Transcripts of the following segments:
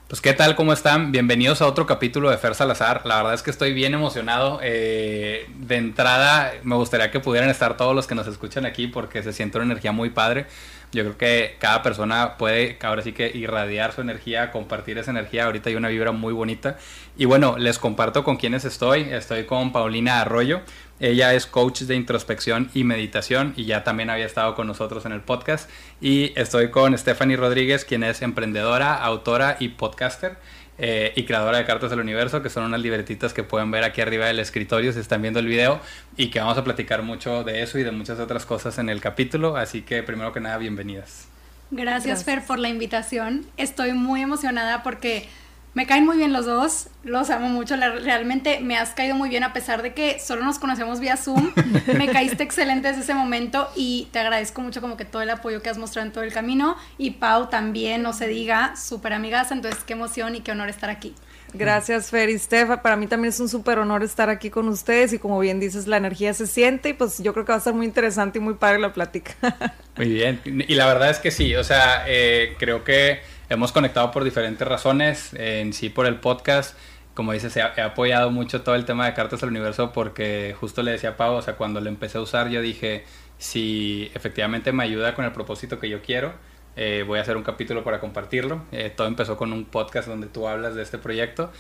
Pues qué tal, ¿cómo están? Bienvenidos a otro capítulo de Fer Salazar. La verdad es que estoy bien emocionado. De entrada me gustaría que pudieran estar todos los que nos escuchan aquí porque se siente una energía muy padre. Yo creo que cada persona puede ahora sí que irradiar su energía, compartir esa energía. Ahorita hay una vibra muy bonita. Y bueno, les comparto con quiénes estoy. Estoy con Paulina Arroyo. Ella es coach de introspección y meditación y ya también había estado con nosotros en el podcast. Y estoy con Stephanie Rodríguez, quien es emprendedora, autora y podcaster y creadora de Cartas del Universo, que son unas libretitas que pueden ver aquí arriba del escritorio si están viendo el video, y que vamos a platicar mucho de eso y de muchas otras cosas en el capítulo. Así que primero que nada, bienvenidas. Gracias, Fer, por la invitación. Estoy muy emocionada porque me caen muy bien los dos, los amo mucho, realmente me has caído muy bien a pesar de que solo nos conocemos vía Zoom. Me caíste excelente desde ese momento y te agradezco mucho como que todo el apoyo que has mostrado en todo el camino. Y Pau también, no se diga, súper amigas, entonces qué emoción y qué honor estar aquí. Gracias, Fer y Steph. Para mí también es un súper honor estar aquí con ustedes y como bien dices, la energía se siente y pues yo creo que va a ser muy interesante y muy padre la plática. Muy bien, y la verdad es que sí, o sea, creo que hemos conectado por diferentes razones, en sí por el podcast. Como dices, he apoyado mucho todo el tema de Cartas al Universo porque justo le decía a Pau, o sea, cuando lo empecé a usar yo dije, si efectivamente me ayuda con el propósito que yo quiero, voy a hacer un capítulo para compartirlo. Todo empezó con un podcast donde tú hablas de este proyecto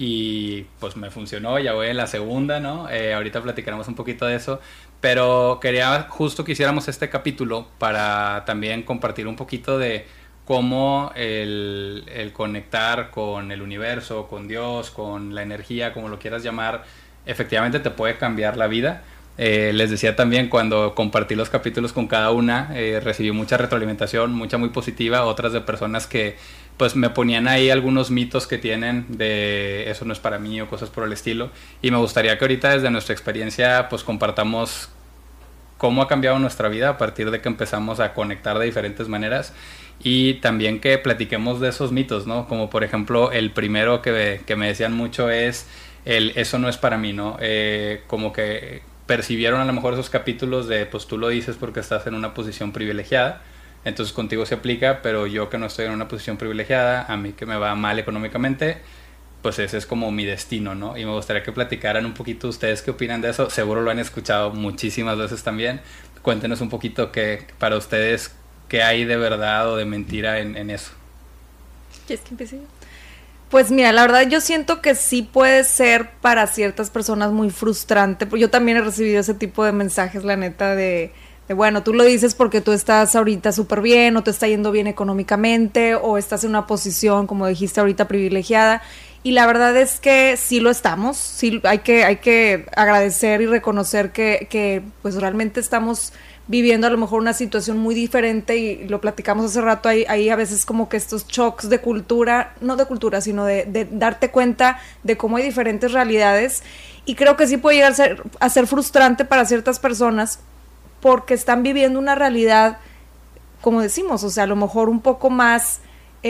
y pues me funcionó, ya voy en la segunda, ¿no? Ahorita platicaremos un poquito de eso, pero quería justo que hiciéramos este capítulo para también compartir un poquito de cómo el conectar con el universo, con Dios, con la energía, como lo quieras llamar, efectivamente te puede cambiar la vida. Les decía también cuando compartí los capítulos con cada una, recibí mucha retroalimentación, mucha muy positiva, otras de personas que pues me ponían ahí algunos mitos que tienen de eso no es para mí o cosas por el estilo, y me gustaría que ahorita desde nuestra experiencia pues compartamos cómo ha cambiado nuestra vida a partir de que empezamos a conectar de diferentes maneras, y también que platiquemos de esos mitos, ¿no? Como por ejemplo el primero que me decían mucho es el eso no es para mí, ¿no? Como que percibieron a lo mejor esos capítulos de pues tú lo dices porque estás en una posición privilegiada, entonces contigo se aplica, pero yo que no estoy en una posición privilegiada, a mí que me va mal económicamente, pues ese es como mi destino, ¿no? Y me gustaría que platicaran un poquito ustedes qué opinan de eso. Seguro lo han escuchado muchísimas veces también. Cuéntenos un poquito que para ustedes qué hay de verdad o de mentira en eso. ¿Quieres que empiece? Pues mira, la verdad yo siento que sí puede ser para ciertas personas muy frustrante, porque yo también he recibido ese tipo de mensajes, la neta, de bueno, tú lo dices porque tú estás ahorita súper bien, o te está yendo bien económicamente, o estás en una posición, como dijiste ahorita, privilegiada, y la verdad es que sí lo estamos, sí hay que agradecer y reconocer que pues realmente estamos viviendo a lo mejor una situación muy diferente, y lo platicamos hace rato, hay a veces como que estos shocks de cultura, no de cultura, sino de darte cuenta de cómo hay diferentes realidades, y creo que sí puede llegar a ser frustrante para ciertas personas, porque están viviendo una realidad, como decimos, o sea, a lo mejor un poco más,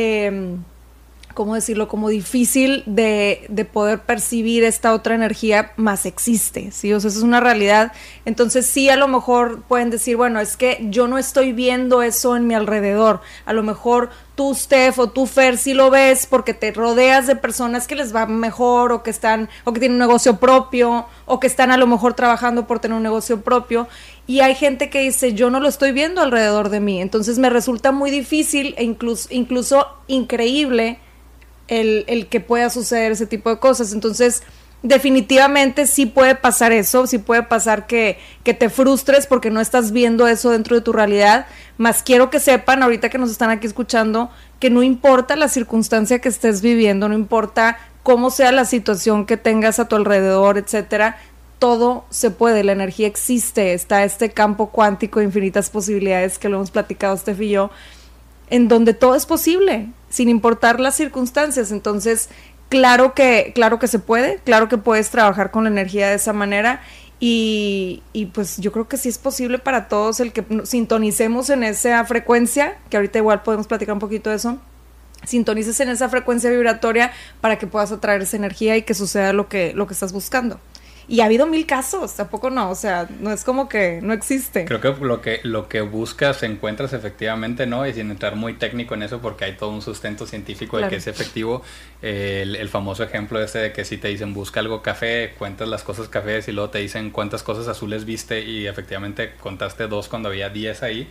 ¿cómo decirlo? Como difícil de poder percibir esta otra energía, más existe, ¿sí? O sea, eso es una realidad. Entonces sí, a lo mejor pueden decir, bueno, es que yo no estoy viendo eso en mi alrededor. A lo mejor tú, Steph, o tú, Fer, sí lo ves porque te rodeas de personas que les va mejor, o que tienen un negocio propio, o que están a lo mejor trabajando por tener un negocio propio. Y hay gente que dice, yo no lo estoy viendo alrededor de mí. Entonces me resulta muy difícil e incluso increíble el que pueda suceder ese tipo de cosas. Entonces definitivamente sí puede pasar eso, sí puede pasar que te frustres porque no estás viendo eso dentro de tu realidad, más quiero que sepan, ahorita que nos están aquí escuchando, que no importa la circunstancia que estés viviendo, no importa cómo sea la situación que tengas a tu alrededor, etcétera, todo se puede, la energía existe, está este campo cuántico de infinitas posibilidades que lo hemos platicado Steph y yo, en donde todo es posible, sin importar las circunstancias. Entonces, claro que se puede, claro que puedes trabajar con la energía de esa manera, y pues yo creo que sí es posible para todos el que sintonicemos en esa frecuencia, que ahorita igual podemos platicar un poquito de eso, sintonices en esa frecuencia vibratoria para que puedas atraer esa energía y que suceda lo que estás buscando. Y ha habido 1000 casos, tampoco no, o sea, no es como que no existe. Creo que lo que buscas encuentras efectivamente, ¿no? Y sin entrar muy técnico en eso, porque hay todo un sustento científico de que es efectivo. El famoso ejemplo ese de que si te dicen busca algo café, cuentas las cosas cafés y luego te dicen cuántas cosas azules viste y efectivamente contaste 2 cuando había 10 ahí.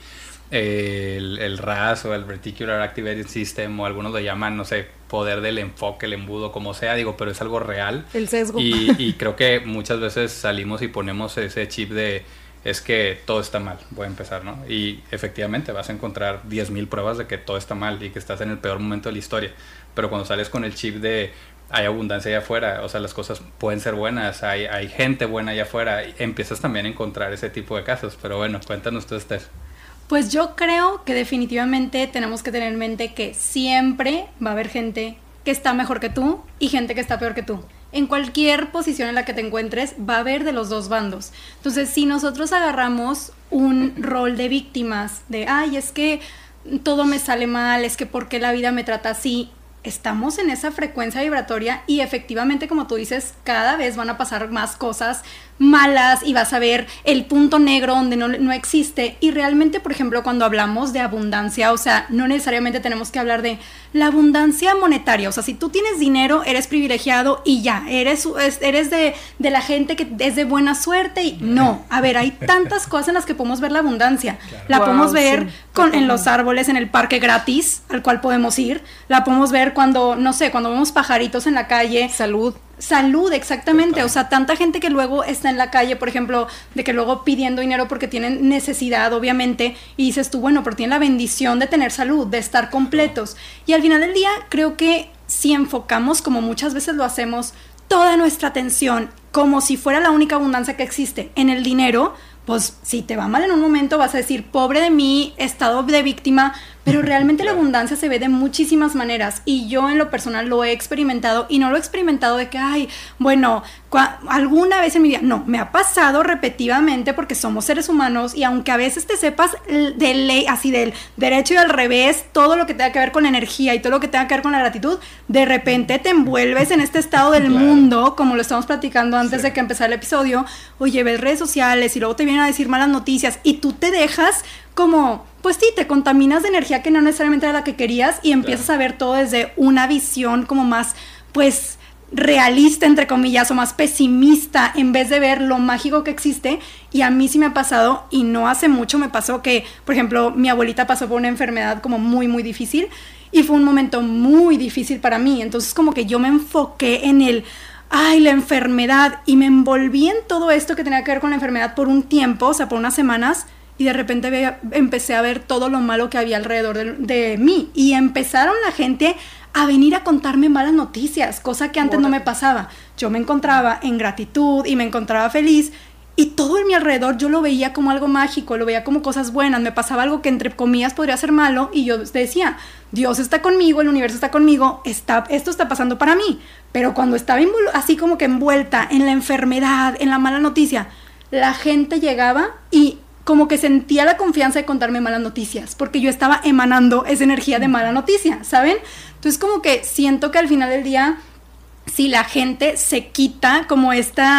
El RAS o el Reticular Activating System, o algunos lo llaman, no sé, poder del enfoque, el embudo, como sea, digo, pero es algo real. El sesgo. Y creo que muchas veces salimos y ponemos ese chip de es que todo está mal, voy a empezar, ¿no? Y efectivamente vas a encontrar 10,000 pruebas de que todo está mal y que estás en el peor momento de la historia, pero cuando sales con el chip de hay abundancia allá afuera, o sea, las cosas pueden ser buenas, hay gente buena allá afuera, empiezas también a encontrar ese tipo de casos. Pero bueno, cuéntanos tú, Steph. Pues yo creo que definitivamente tenemos que tener en mente que siempre va a haber gente que está mejor que tú y gente que está peor que tú. En cualquier posición en la que te encuentres va a haber de los dos bandos. Entonces, si nosotros agarramos un rol de víctimas, de, ay, es que todo me sale mal, es que ¿por qué la vida me trata así? Estamos en esa frecuencia vibratoria y efectivamente, como tú dices, cada vez van a pasar más cosas malas y vas a ver el punto negro donde no existe. Y realmente, por ejemplo, cuando hablamos de abundancia, o sea, no necesariamente tenemos que hablar de la abundancia monetaria. O sea, si tú tienes dinero, eres privilegiado y ya, eres de la gente que es de buena suerte. Y no, a ver, hay tantas cosas en las que podemos ver la abundancia. Claro. La podemos ver en los árboles, en el parque gratis al cual podemos ir. La podemos ver cuando, no sé, cuando vemos pajaritos en la calle. Salud, exactamente. Total. O sea, tanta gente que luego está en la calle, por ejemplo, de que luego pidiendo dinero porque tienen necesidad, obviamente, y dices tú, bueno, pero tienen la bendición de tener salud, de estar completos. Y al final del día, creo que si enfocamos, como muchas veces lo hacemos, toda nuestra atención como si fuera la única abundancia que existe en el dinero, pues si te va mal en un momento vas a decir, pobre de mí, estado de víctima, pero realmente la abundancia se ve de muchísimas maneras y yo en lo personal lo he experimentado y no lo he experimentado de que, ay, bueno, alguna vez en mi vida, no, me ha pasado repetidamente porque somos seres humanos y aunque a veces te sepas de ley, así del derecho y al revés, todo lo que tenga que ver con la energía y todo lo que tenga que ver con la gratitud, de repente te envuelves en este estado del mundo, como lo estamos platicando antes de que empezara el episodio, oye, ves redes sociales y luego te vienen a decir malas noticias y tú te dejas como, pues sí, te contaminas de energía que no necesariamente era la que querías y empiezas a ver todo desde una visión como más, pues, realista, entre comillas, o más pesimista, en vez de ver lo mágico que existe. Y a mí sí me ha pasado, y no hace mucho me pasó que, por ejemplo, mi abuelita pasó por una enfermedad como muy, muy difícil, y fue un momento muy difícil para mí. Entonces como que yo me enfoqué en la enfermedad, y me envolví en todo esto que tenía que ver con la enfermedad por un tiempo, o sea, por unas semanas, y de repente empecé a ver todo lo malo que había alrededor de mí, y empezaron la gente a venir a contarme malas noticias, cosa que antes no me pasaba. Yo me encontraba en gratitud y me encontraba feliz, y todo en mi alrededor yo lo veía como algo mágico, lo veía como cosas buenas. Me pasaba algo que entre comillas podría ser malo, y yo decía, Dios está conmigo, el universo está conmigo, esto está pasando para mí. Pero cuando estaba así como que envuelta en la enfermedad, en la mala noticia, la gente llegaba y como que sentía la confianza de contarme malas noticias, porque yo estaba emanando esa energía de mala noticia, ¿saben? Entonces como que siento que al final del día, si la gente se quita como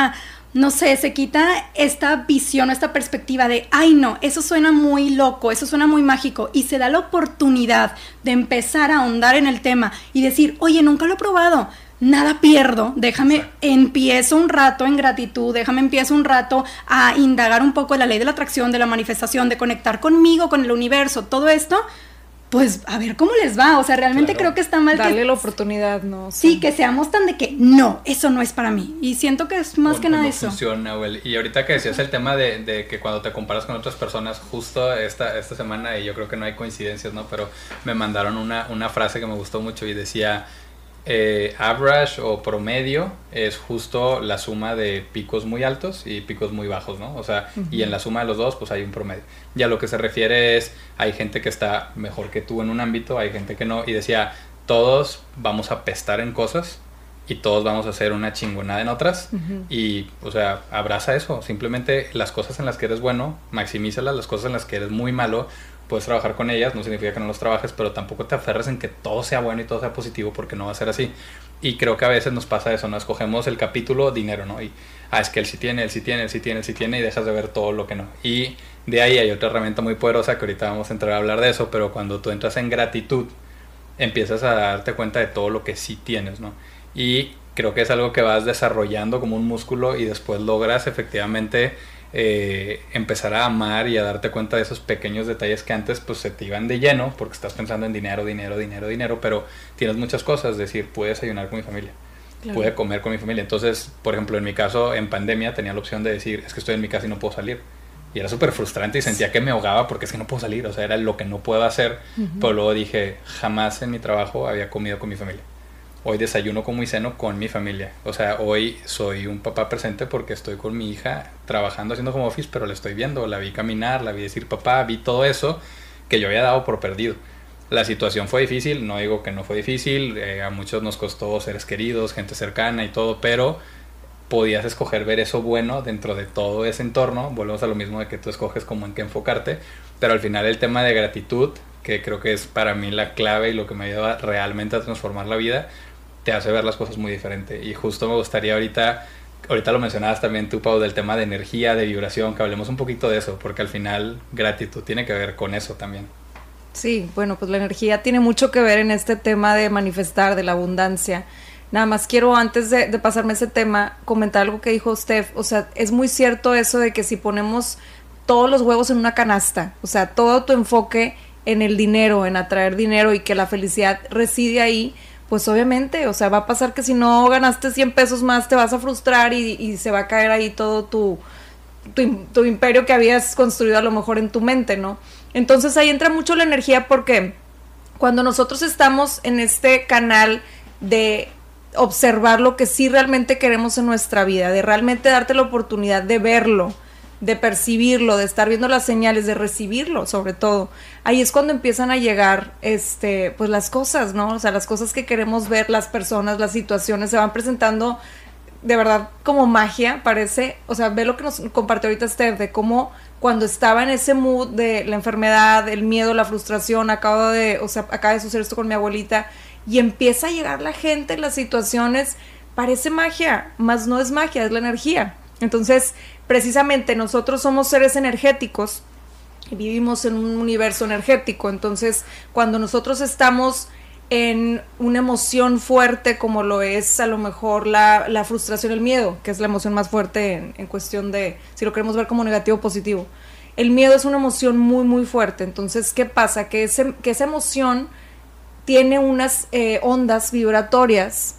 se quita esta visión, esta perspectiva de, ay no, eso suena muy loco, eso suena muy mágico, y se da la oportunidad de empezar a ahondar en el tema y decir, oye, nunca lo he probado, nada pierdo, déjame, empiezo un rato en gratitud, empiezo un rato a indagar un poco de la ley de la atracción, de la manifestación, de conectar conmigo, con el universo, todo esto, pues a ver cómo les va. O sea, realmente creo que está mal darle la oportunidad, ¿no? O sea, sí, que seamos tan de que no, eso no es para mí. Y siento que es más que nada eso. Funciona, güey. Y ahorita que decías el tema de que cuando te comparas con otras personas, justo esta semana, y yo creo que no hay coincidencias, ¿no? Pero me mandaron una frase que me gustó mucho y decía, average o promedio es justo la suma de picos muy altos y picos muy bajos, ¿no? O sea, y en la suma de los dos, pues hay un promedio. Y a lo que se refiere es, hay gente que está mejor que tú en un ámbito, hay gente que no, y decía, todos vamos a pestar en cosas, y todos vamos a hacer una chingonada en otras. Y, o sea, abraza eso. Simplemente las cosas en las que eres bueno, maximízalas. Las cosas en las que eres muy malo, puedes trabajar con ellas. No significa que no los trabajes, pero tampoco te aferres en que todo sea bueno y todo sea positivo, porque no va a ser así. Y creo que a veces nos pasa eso, ¿no? Escogemos el capítulo dinero, ¿no? Y, es que él sí tiene, él sí tiene, él sí tiene, él sí tiene, y dejas de ver todo lo que no. Y de ahí hay otra herramienta muy poderosa que ahorita vamos a entrar a hablar de eso, pero cuando tú entras en gratitud, empiezas a darte cuenta de todo lo que sí tienes, ¿no? Y creo que es algo que vas desarrollando como un músculo y después logras efectivamente empezar a amar y a darte cuenta de esos pequeños detalles que antes pues se te iban de lleno porque estás pensando en dinero, dinero, dinero, dinero, pero tienes muchas cosas, es decir, puedes desayunar con mi familia, puedo comer con mi familia. Entonces, por ejemplo, en mi caso, en pandemia tenía la opción de decir, es que estoy en mi casa y no puedo salir. Y era súper frustrante y sentía que me ahogaba porque es que no puedo salir, o sea, era lo que no puedo hacer. Pero luego dije, jamás en mi trabajo había comido con mi familia. Hoy desayuno como y ceno con mi familia. O sea, hoy soy un papá presente porque estoy con mi hija trabajando, haciendo home office, pero la estoy viendo, la vi caminar, la vi decir papá, vi todo eso que yo había dado por perdido. La situación fue difícil, no digo que no fue difícil, a muchos nos costó seres queridos, gente cercana y todo, pero podías escoger ver eso bueno dentro de todo ese entorno. Volvemos a lo mismo de que tú escoges como en qué enfocarte, pero al final el tema de gratitud, que creo que es para mí la clave y lo que me ayuda realmente a transformar la vida, te hace ver las cosas muy diferente. Y justo me gustaría ahorita lo mencionabas también tú, Pau, del tema de energía, de vibración, que hablemos un poquito de eso, porque al final gratitud tiene que ver con eso también. Sí, bueno, pues la energía tiene mucho que ver en este tema de manifestar, de la abundancia. Nada más quiero, antes de pasarme ese tema, comentar algo que dijo Steph. O sea, es muy cierto eso de que si ponemos todos los huevos en una canasta, o sea, todo tu enfoque en el dinero, en atraer dinero y que la felicidad reside ahí, pues obviamente, o sea, va a pasar que si no ganaste 100 pesos más te vas a frustrar y se va a caer ahí todo tu imperio que habías construido a lo mejor en tu mente, ¿no? Entonces ahí entra mucho la energía porque cuando nosotros estamos en este canal de observar lo que sí realmente queremos en nuestra vida, de realmente darte la oportunidad de verlo, de percibirlo, de estar viendo las señales, de recibirlo, sobre todo. Ahí es cuando empiezan a llegar, pues las cosas, ¿no? O sea, las cosas que queremos ver, las personas, las situaciones se van presentando de verdad como magia, parece. O sea, ve lo que nos compartió ahorita Steph, de cómo cuando estaba en ese mood de la enfermedad, el miedo, la frustración, acaba de suceder esto con mi abuelita, y empieza a llegar la gente, las situaciones, parece magia, mas no es magia, es la energía. Entonces, precisamente nosotros somos seres energéticos y vivimos en un universo energético. Entonces, cuando nosotros estamos en una emoción fuerte como lo es a lo mejor la frustración, el miedo, que es la emoción más fuerte en cuestión de si lo queremos ver como negativo o positivo. El miedo es una emoción muy, muy fuerte. Entonces, ¿qué pasa? Que esa emoción tiene unas ondas vibratorias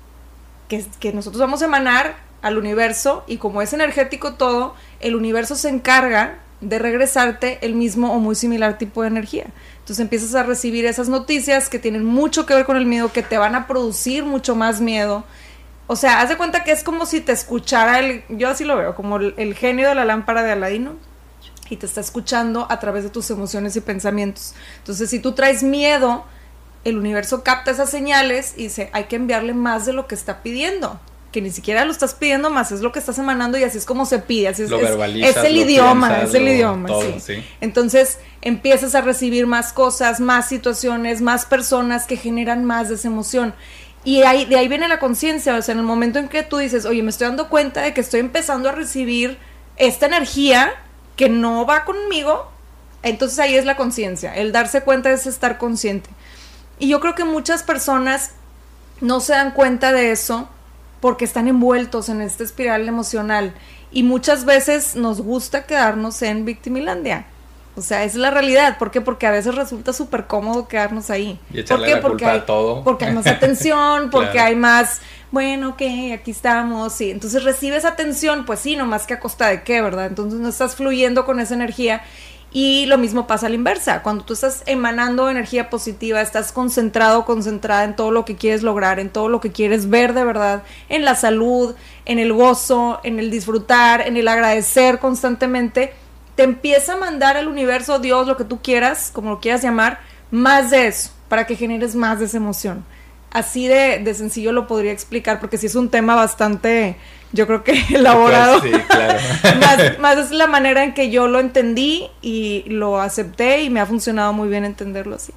que nosotros vamos a emanar al universo, y como es energético todo, el universo se encarga de regresarte el mismo o muy similar tipo de energía. Entonces empiezas a recibir esas noticias que tienen mucho que ver con el miedo, que te van a producir mucho más miedo. O sea, haz de cuenta que es como si te escuchara yo así lo veo, como el genio de la lámpara de Aladino, y te está escuchando a través de tus emociones y pensamientos. Entonces, si tú traes miedo, el universo capta esas señales y dice, hay que enviarle más de lo que está pidiendo, que ni siquiera lo estás pidiendo más, es lo que estás emanando, y así es como se pide, así lo verbalizas, es el idioma, es el idioma, todo, sí. Sí. Entonces empiezas a recibir más cosas, más situaciones, más personas que generan más de esa emoción, y de ahí viene la conciencia. O sea, en el momento en que tú dices, oye, me estoy dando cuenta de que estoy empezando a recibir esta energía que no va conmigo, entonces ahí es la conciencia. El darse cuenta es estar consciente, y yo creo que muchas personas no se dan cuenta de eso porque están envueltos en esta espiral emocional, y muchas veces nos gusta quedarnos en victimilandia. O sea, es la realidad. ¿Por qué? Porque a veces resulta súper cómodo quedarnos ahí. Y echarle la culpa a todo. Porque hay más atención, porque Claro. hay más, bueno, ok, aquí estamos, sí. Entonces recibes atención, pues sí, nomás que a costa de qué, ¿verdad? Entonces no estás fluyendo con esa energía. Y lo mismo pasa a la inversa. Cuando tú estás emanando energía positiva, estás concentrado, concentrada en todo lo que quieres lograr, en todo lo que quieres ver de verdad, en la salud, en el gozo, en el disfrutar, en el agradecer constantemente, te empieza a mandar el universo, Dios, lo que tú quieras, como lo quieras llamar, más de eso, para que generes más de esa emoción. así de sencillo lo podría explicar, porque sí es un tema bastante, yo creo que elaborado. Pues, sí, claro. más es la manera en que yo lo entendí y lo acepté y me ha funcionado muy bien entenderlo así.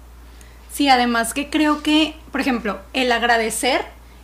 Sí, además que creo que, por ejemplo, el agradecer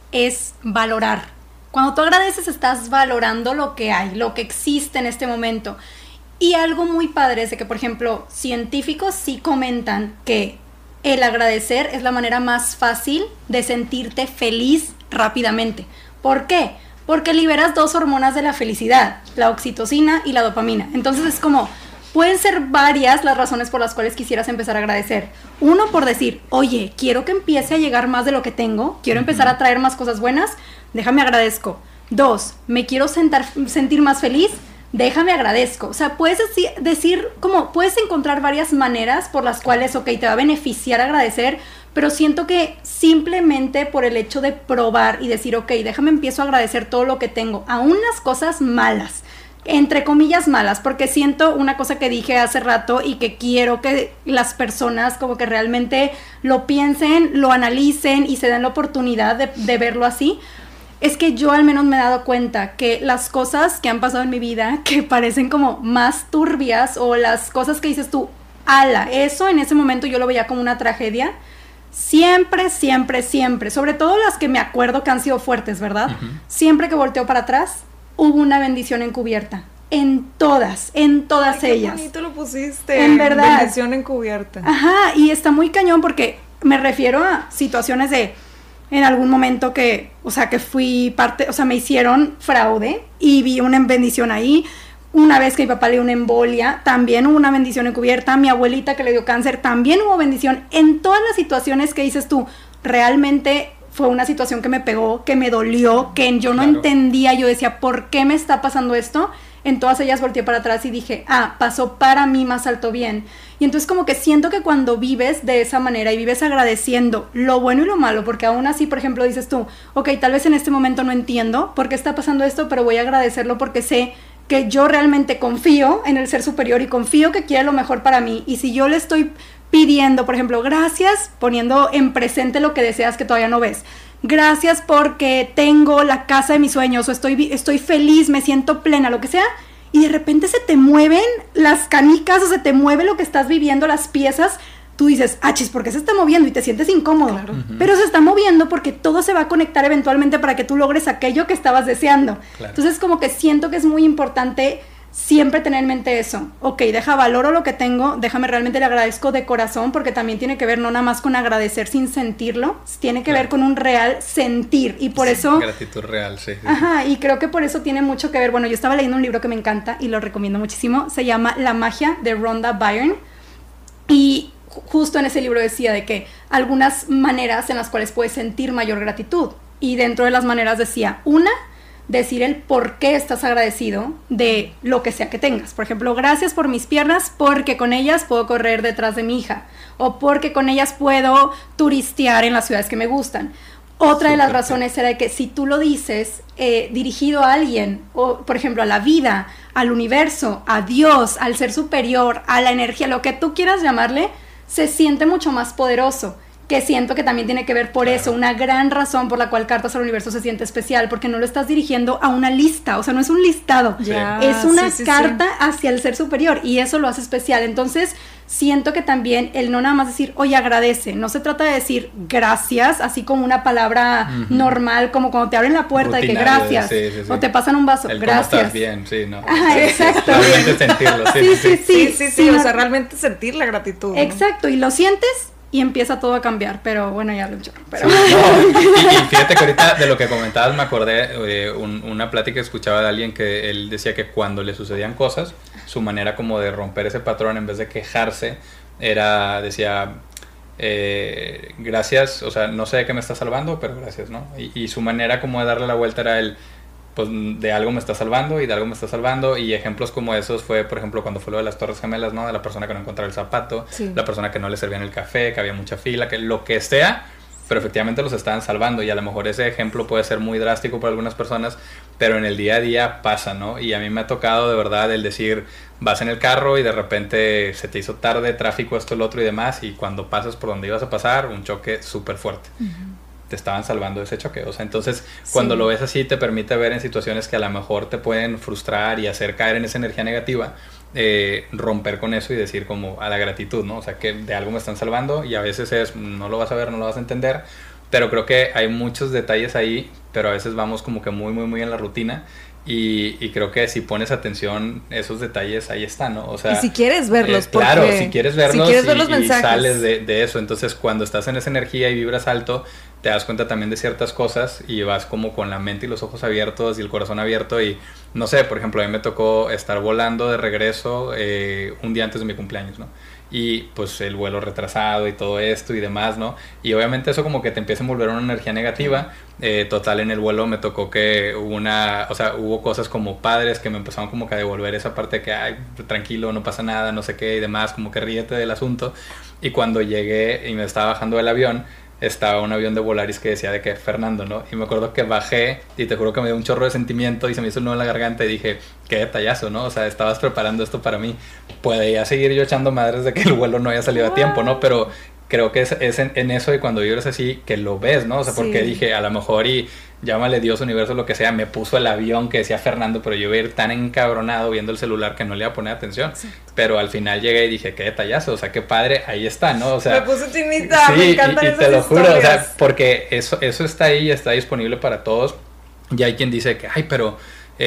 es valorar. Cuando tú agradeces estás valorando lo que hay, lo que existe en este momento. Y algo muy padre es de que, por ejemplo, científicos sí comentan que el agradecer es la manera más fácil de sentirte feliz rápidamente. ¿Por qué? Porque liberas 2 hormonas de la felicidad, la oxitocina y la dopamina. Entonces es como, pueden ser varias las razones por las cuales quisieras empezar a agradecer. Uno, por decir, oye, quiero que empiece a llegar más de lo que tengo, quiero empezar a traer más cosas buenas, déjame agradezco. 2, me quiero sentir más feliz, déjame agradezco. O sea, puedes decir como, puedes encontrar varias maneras por las cuales, ok, te va a beneficiar agradecer, pero siento que simplemente por el hecho de probar y decir, ok, déjame empiezo a agradecer todo lo que tengo, aún las cosas malas, entre comillas malas, porque siento una cosa que dije hace rato y que quiero que las personas como que realmente lo piensen, lo analicen y se den la oportunidad de verlo así. Es que yo al menos me he dado cuenta que las cosas que han pasado en mi vida, que parecen como más turbias, o las cosas que dices tú, ala, eso en ese momento yo lo veía como una tragedia, siempre, sobre todo las que me acuerdo que han sido fuertes, ¿verdad? Uh-huh. Siempre que volteo para atrás, hubo una bendición encubierta. En todas ellas. Qué bonito lo pusiste. En verdad. Bendición encubierta. Ajá, y está muy cañón porque me refiero a situaciones de en algún momento que, o sea, que fui parte, o sea, me hicieron fraude y vi una bendición ahí. Una vez que mi papá le dio una embolia, también hubo una bendición encubierta. Mi abuelita que le dio cáncer, también hubo bendición. En todas las situaciones que dices tú, realmente fue una situación que me pegó, que me dolió, que yo no entendía. Yo decía, ¿por qué me está pasando esto? En todas ellas volteé para atrás y dije, pasó para mí más alto bien. Y entonces como que siento que cuando vives de esa manera y vives agradeciendo lo bueno y lo malo, porque aún así, por ejemplo, dices tú, ok, tal vez en este momento no entiendo por qué está pasando esto, pero voy a agradecerlo porque sé que yo realmente confío en el ser superior y confío que quiere lo mejor para mí. Y si yo le estoy pidiendo, por ejemplo, gracias, poniendo en presente lo que deseas que todavía no ves. Gracias porque tengo la casa de mis sueños, o estoy feliz, me siento plena, lo que sea, y de repente se te mueven las canicas, o se te mueve lo que estás viviendo, las piezas, tú dices, chis, ¿por qué se está moviendo? Y te sientes incómodo. Claro. Uh-huh. Pero se está moviendo porque todo se va a conectar eventualmente para que tú logres aquello que estabas deseando. Claro. Entonces como que siento que es muy importante siempre tener en mente eso. Ok, valoro lo que tengo, déjame realmente le agradezco de corazón, porque también tiene que ver no nada más con agradecer sin sentirlo, tiene que ver con un real sentir, y por eso... Gratitud real, sí. Ajá, y creo que por eso tiene mucho que ver. Bueno, yo estaba leyendo un libro que me encanta y lo recomiendo muchísimo, se llama La magia de Rhonda Byrne, y justo en ese libro decía de que algunas maneras en las cuales puedes sentir mayor gratitud, y dentro de las maneras decía, una, decir el por qué estás agradecido de lo que sea que tengas. Por ejemplo, gracias por mis piernas porque con ellas puedo correr detrás de mi hija, o porque con ellas puedo turistear en las ciudades que me gustan. Otra de las razones era de que si tú lo dices dirigido a alguien, o por ejemplo a la vida, al universo, a Dios, al ser superior, a la energía, lo que tú quieras llamarle, se siente mucho más poderoso. Que siento que también tiene que ver por eso, una gran razón por la cual Cartas al Universo se siente especial, porque no lo estás dirigiendo a una lista, o sea, no es un listado, es una carta hacia el ser superior, y eso lo hace especial. Entonces siento que también el no nada más decir, oye, agradece, no se trata de decir gracias, así como una palabra normal, como cuando te abren la puerta de que gracias, o te pasan un vaso, gracias. ¿Cómo estás bien? Sí, ¿no? Exacto. Realmente sentirlo, sí, o sea, realmente sentir la gratitud, ¿no? Exacto, y lo sientes, y empieza todo a cambiar, pero bueno, ya lo he hecho. Pero... Sí, no, y fíjate que ahorita de lo que comentabas me acordé de una plática que escuchaba de alguien que él decía que cuando le sucedían cosas, su manera como de romper ese patrón, en vez de quejarse, decía, gracias, o sea, no sé de qué me está salvando, pero gracias, ¿no? Y su manera como de darle la vuelta era pues de algo me está salvando y de algo me está salvando, y ejemplos como esos fue, por ejemplo, cuando fue lo de las Torres Gemelas, ¿no? De la persona que no encontraba el zapato, la persona que no le servían el café, que había mucha fila, que lo que sea, pero efectivamente los estaban salvando, y a lo mejor ese ejemplo puede ser muy drástico para algunas personas, pero en el día a día pasa, ¿no? Y a mí me ha tocado de verdad el decir, vas en el carro y de repente se te hizo tarde, tráfico, esto, lo otro y demás, y cuando pasas por donde ibas a pasar, un choque súper fuerte. Uh-huh. te estaban salvando de ese choque. O sea, entonces cuando lo ves así te permite ver en situaciones que a lo mejor te pueden frustrar y hacer caer en esa energía negativa, romper con eso y decir como a la gratitud, ¿no? O sea, que de algo me están salvando y a veces no lo vas a ver, no lo vas a entender, pero creo que hay muchos detalles ahí, pero a veces vamos como que muy, muy, muy en la rutina. Y creo que si pones atención, esos detalles ahí están, ¿no? O sea, y si quieres verlos, claro, si quieres verlos, ver los y mensajes, sales de eso. Entonces, cuando estás en esa energía y vibras alto, te das cuenta también de ciertas cosas y vas como con la mente y los ojos abiertos y el corazón abierto. Y no sé, por ejemplo, a mí me tocó estar volando de regreso un día antes de mi cumpleaños, ¿no? Y pues el vuelo retrasado y todo esto y demás, ¿no? Y obviamente eso como que te empieza a envolver una energía negativa. Total, en el vuelo me tocó que hubo cosas como padres que me empezaron como que a devolver esa parte de que, ay, tranquilo, no pasa nada, no sé qué y demás, como que ríete del asunto. Y cuando llegué y me estaba bajando del avión, estaba un avión de Volaris que decía de que Fernando, ¿no? Y me acuerdo que bajé y te juro que me dio un chorro de sentimiento y se me hizo un nudo en la garganta y dije, qué detallazo, ¿no? O sea, estabas preparando esto para mí. Podría seguir yo echando madres de que el vuelo no haya salido a tiempo, ¿no? Pero creo que es en eso y cuando vibras así que lo ves, ¿no? O sea, porque dije, a lo mejor y llámale Dios, universo, lo que sea, me puso el avión que decía Fernando, pero yo iba a ir tan encabronado viendo el celular que no le iba a poner atención. Exacto. Pero al final llegué y dije, qué detallazo, o sea, qué padre, ahí está, ¿no? O sea, me puse chinita, me encantan esas te lo historias. juro, o sea, porque eso está ahí, está disponible para todos. Y hay quien dice que, ay, pero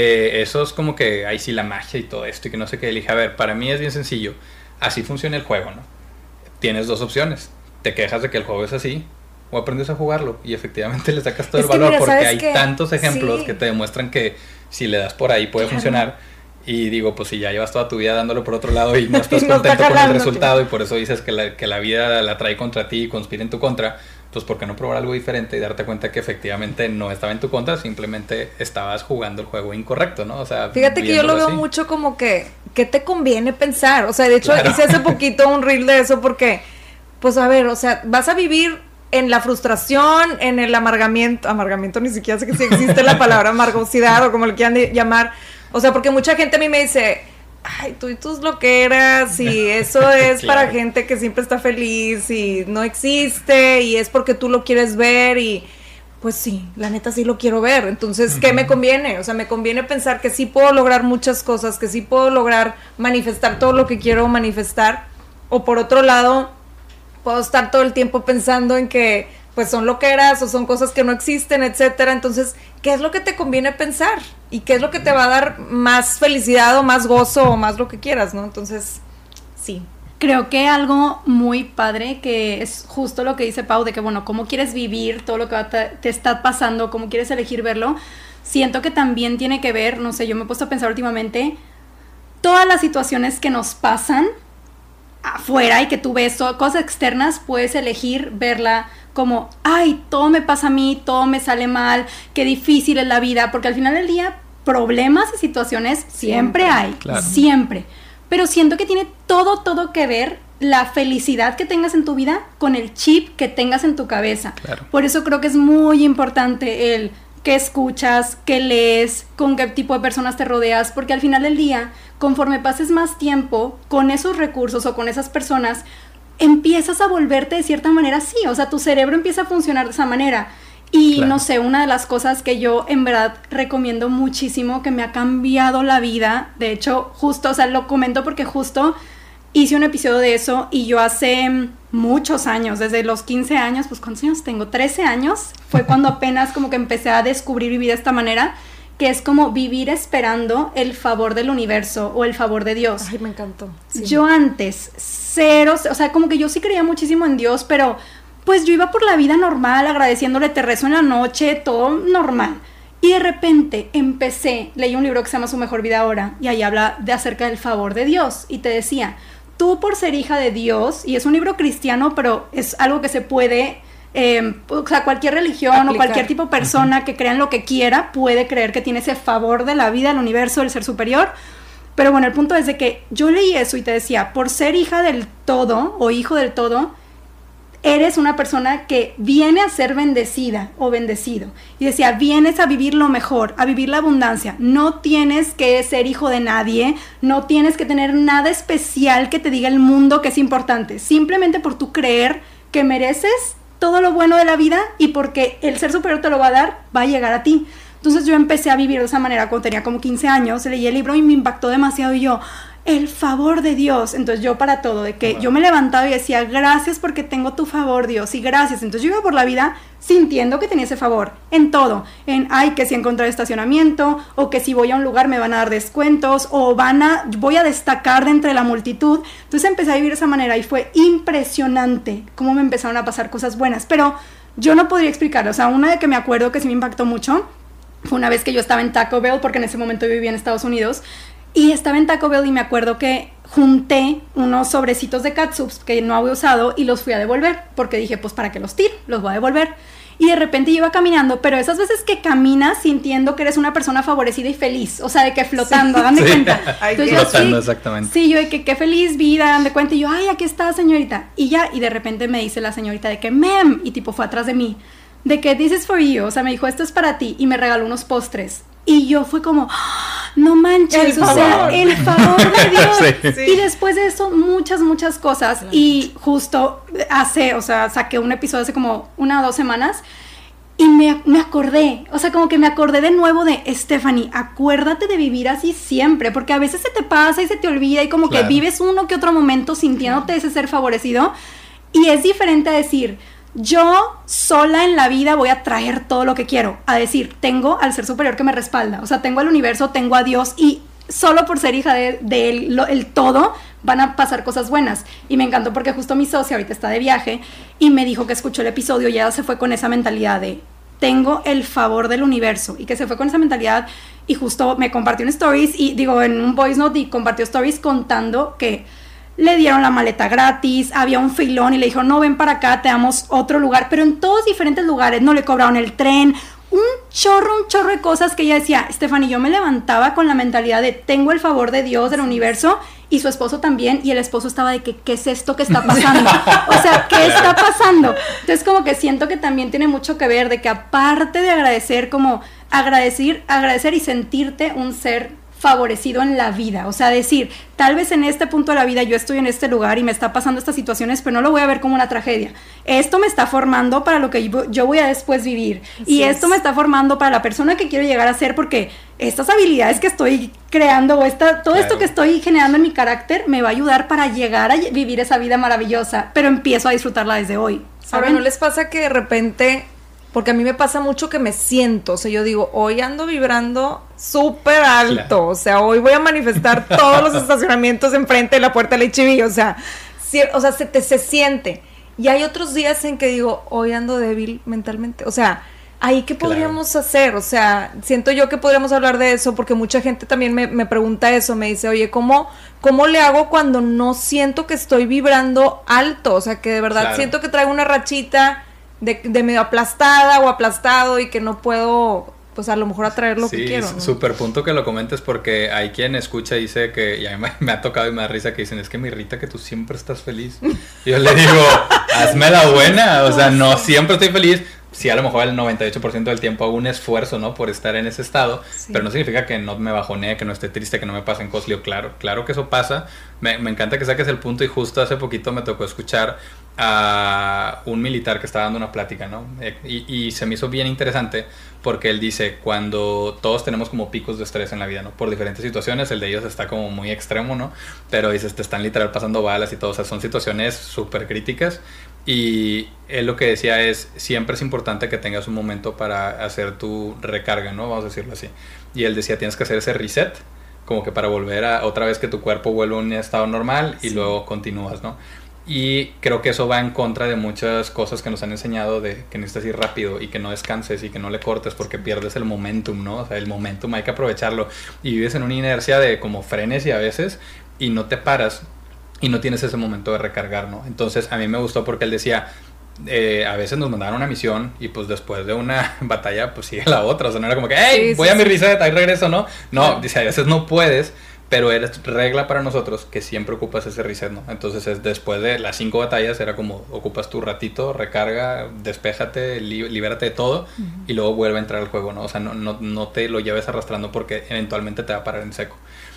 eso es como que, ay, sí, la magia y todo esto y que no sé qué. Le dije, a ver, para mí es bien sencillo, así funciona el juego, ¿no? Tienes dos opciones, te quejas de que el juego es así, o aprendes a jugarlo y efectivamente le sacas todo el valor, mira, porque hay tantos ejemplos que te demuestran que si le das por ahí puede funcionar. Y digo, pues si ya llevas toda tu vida dándolo por otro lado y no estás contento con el resultado y por eso dices que la vida la trae contra ti y conspira en tu contra, pues ¿por qué no probar algo diferente y darte cuenta que efectivamente no estaba en tu contra, simplemente estabas jugando el juego incorrecto, ¿no? O sea, fíjate que yo lo veo mucho como que ¿qué te conviene pensar? O sea, de hecho hice hace poquito un reel de eso porque, pues a ver, o sea, vas a vivir en la frustración, en el amargamiento ni siquiera sé que si existe la palabra amargosidad o como le quieran llamar. O sea, porque mucha gente a mí me dice, ay, tú y tus loqueras, y eso es claro, para gente que siempre está feliz y no existe, y es porque tú lo quieres ver, y pues sí, la neta sí lo quiero ver. Entonces, ¿qué me conviene? O sea, me conviene pensar que sí puedo lograr muchas cosas, que sí puedo lograr manifestar todo lo que quiero manifestar, o por otro lado, puedo estar todo el tiempo pensando en que pues son loqueras o son cosas que no existen, etcétera. Entonces, ¿qué es lo que te conviene pensar? ¿Y qué es lo que te va a dar más felicidad o más gozo o más lo que quieras, ¿no? Entonces, sí. Creo que algo muy padre, que es justo lo que dice Pau, de que, bueno, cómo quieres vivir todo lo que te está pasando, cómo quieres elegir verlo, siento que también tiene que ver, no sé, yo me he puesto a pensar últimamente, todas las situaciones que nos pasan afuera y que tú ves cosas externas, puedes elegir verla como, ay, todo me pasa a mí, todo me sale mal, qué difícil es la vida, porque al final del día problemas y situaciones siempre hay, claro, siempre, pero siento que tiene todo que ver la felicidad que tengas en tu vida con el chip que tengas en tu cabeza. Claro. Por eso creo que es muy importante el qué escuchas, qué lees, con qué tipo de personas te rodeas, porque al final del día, conforme pases más tiempo con esos recursos o con esas personas, empiezas a volverte de cierta manera así, o sea, tu cerebro empieza a funcionar de esa manera. Y claro, no sé, una de las cosas que yo en verdad recomiendo muchísimo, que me ha cambiado la vida, de hecho, justo, o sea, lo comento porque justo hice un episodio de eso y yo hace muchos años, desde los 15 años, pues ¿cuántos años tengo? 13 años, fue cuando apenas como que empecé a descubrir vivir de esta manera, que es como vivir esperando el favor del universo o el favor de Dios. Ay, me encantó. Sí. Yo antes, cero, o sea, como que yo sí creía muchísimo en Dios, pero pues yo iba por la vida normal, agradeciéndole, te rezo en la noche, todo normal. Y de repente leí un libro que se llama Su Mejor Vida Ahora, y ahí habla acerca del favor de Dios, y te decía, tú por ser hija de Dios, y es un libro cristiano, pero es algo que se puede, o sea, cualquier religión aplicar, o cualquier tipo de persona que crea en lo que quiera, puede creer que tiene ese favor de la vida, del universo, del ser superior. Pero bueno, el punto es de que yo leí eso y te decía, por ser hija del todo, o hijo del todo, eres una persona que viene a ser bendecida o bendecido. Y decía, vienes a vivir lo mejor, a vivir la abundancia. No tienes que ser hijo de nadie, no tienes que tener nada especial que te diga el mundo que es importante. Simplemente por tú creer que mereces todo lo bueno de la vida y porque el ser superior te lo va a dar, va a llegar a ti. Entonces yo empecé a vivir de esa manera cuando tenía como 15 años, leí el libro y me impactó demasiado y yo, el favor de Dios. Entonces yo para todo, de que yo me levantaba y decía, gracias porque tengo tu favor, Dios, y gracias. Entonces yo iba por la vida sintiendo que tenía ese favor en todo, en, ay, que si encontrar estacionamiento, o que si voy a un lugar me van a dar descuentos, o voy a destacar de entre la multitud. Entonces empecé a vivir de esa manera y fue impresionante cómo me empezaron a pasar cosas buenas, pero yo no podría explicarlo. O sea, una de que me acuerdo que sí me impactó mucho fue una vez que yo estaba en Taco Bell, porque en ese momento yo vivía en Estados Unidos, y estaba en Taco Bell y me acuerdo que junté unos sobrecitos de catsups que no había usado y los fui a devolver, porque dije, pues para que los tiro, los voy a devolver. Y de repente yo iba caminando, pero esas veces que caminas sintiendo que eres una persona favorecida y feliz, o sea, de que flotando, hagan de cuenta. Entonces, flotando, exactamente. Sí, yo de que qué feliz vida, hagan de cuenta, y yo, ay, aquí está, señorita. Y ya, y de repente me dice la señorita de que, ma'am, y tipo fue atrás de mí, de que this is for you, o sea, me dijo, esto es para ti, y me regaló unos postres. Y yo fue como, no manches, o sea, el favor de Dios. Sí. Y después de eso, muchas cosas. Claro. Y justo saqué un episodio hace como 1 o 2 semanas y me acordé, o sea, como que me acordé de nuevo de Stephanie, acuérdate de vivir así siempre, porque a veces se te pasa y se te olvida y como que vives uno que otro momento sintiéndote ese ser favorecido. Y es diferente a decir, yo sola en la vida voy a traer todo lo que quiero, a decir, tengo al ser superior que me respalda, o sea, tengo al universo, tengo a Dios, y solo por ser hija de él, el todo, van a pasar cosas buenas. Y me encantó porque justo mi socia ahorita está de viaje y me dijo que escuchó el episodio y ella se fue con esa mentalidad de tengo el favor del universo, y que se fue con esa mentalidad y justo me compartió en stories, en un voice note, y compartió stories contando que le dieron la maleta gratis, había un filón y le dijo, no, ven para acá, te damos otro lugar, pero en todos diferentes lugares, no le cobraron el tren, un chorro de cosas que ella decía, Stephanie, yo me levantaba con la mentalidad de tengo el favor de Dios, del universo, y su esposo también, y el esposo estaba de que, ¿qué es esto que está pasando? O sea, ¿qué está pasando? Entonces como que siento que también tiene mucho que ver de que aparte de agradecer, como agradecer y sentirte un ser favorecido en la vida, o sea, decir, tal vez en este punto de la vida yo estoy en este lugar y me está pasando estas situaciones, pero no lo voy a ver como una tragedia. Esto me está formando para lo que yo voy a después vivir, y esto me está formando para la persona que quiero llegar a ser, porque estas habilidades que estoy creando o todo esto que estoy generando en mi carácter me va a ayudar para llegar a vivir esa vida maravillosa, pero empiezo a disfrutarla desde hoy, ¿saben? Ahora, ¿no les pasa que de repente, porque a mí me pasa mucho que me siento, o sea, yo digo, hoy ando vibrando súper alto, o sea, hoy voy a manifestar todos los estacionamientos enfrente de la puerta del H-E-B, o sea, se siente, y hay otros días en que digo, hoy ando débil mentalmente, o sea, ahí qué podríamos hacer, o sea, siento yo que podríamos hablar de eso, porque mucha gente también me pregunta eso, me dice, oye, ¿cómo le hago cuando no siento que estoy vibrando alto? O sea, que de verdad siento que traigo una rachita de medio aplastada o aplastado y que no puedo, pues a lo mejor atraer lo que quiero, ¿no? Súper punto que lo comentes, porque hay quien escucha y dice que, y a mí me ha tocado y me da risa que dicen, es que me irrita que tú siempre estás feliz. Y yo le digo, hazme la buena, o sea, no siempre estoy feliz. Sí, a lo mejor el 98% del tiempo hago un esfuerzo, ¿no? Por estar en ese estado, pero no significa que no me bajonee, que no esté triste, que no me pasen cosas. Yo, claro que eso pasa. Me encanta que saques el punto, y justo hace poquito me tocó escuchar a un militar que estaba dando una plática, ¿no? Y se me hizo bien interesante porque él dice, cuando todos tenemos como picos de estrés en la vida, ¿no? Por diferentes situaciones, el de ellos está como muy extremo, ¿no? Pero dices, te están literal pasando balas y todo, o sea, son situaciones súper críticas. Y él lo que decía es, siempre es importante que tengas un momento para hacer tu recarga, ¿no? Vamos a decirlo así. Y él decía, tienes que hacer ese reset, como que para volver a otra vez que tu cuerpo vuelva a un estado normal y luego continúas, ¿no? Y creo que eso va en contra de muchas cosas que nos han enseñado, de que necesitas ir rápido y que no descanses y que no le cortes porque pierdes el momentum, ¿no? O sea, el momentum hay que aprovecharlo, y vives en una inercia de como frenes y a veces, y no te paras y no tienes ese momento de recargar, ¿no? Entonces a mí me gustó porque él decía, a veces nos mandaron una misión y pues después de una batalla pues sigue la otra, o sea, no era como que hey, voy a mi reset, ahí regreso, ¿no? No, dice, a veces no puedes, pero eres regla para nosotros que siempre ocupas ese reset, ¿no? Entonces después de las 5 batallas era como ocupas tu ratito, recarga, despéjate, libérate de todo, y luego vuelve a entrar al juego, ¿no? O sea, no te lo lleves arrastrando porque eventualmente te va a parar en seco.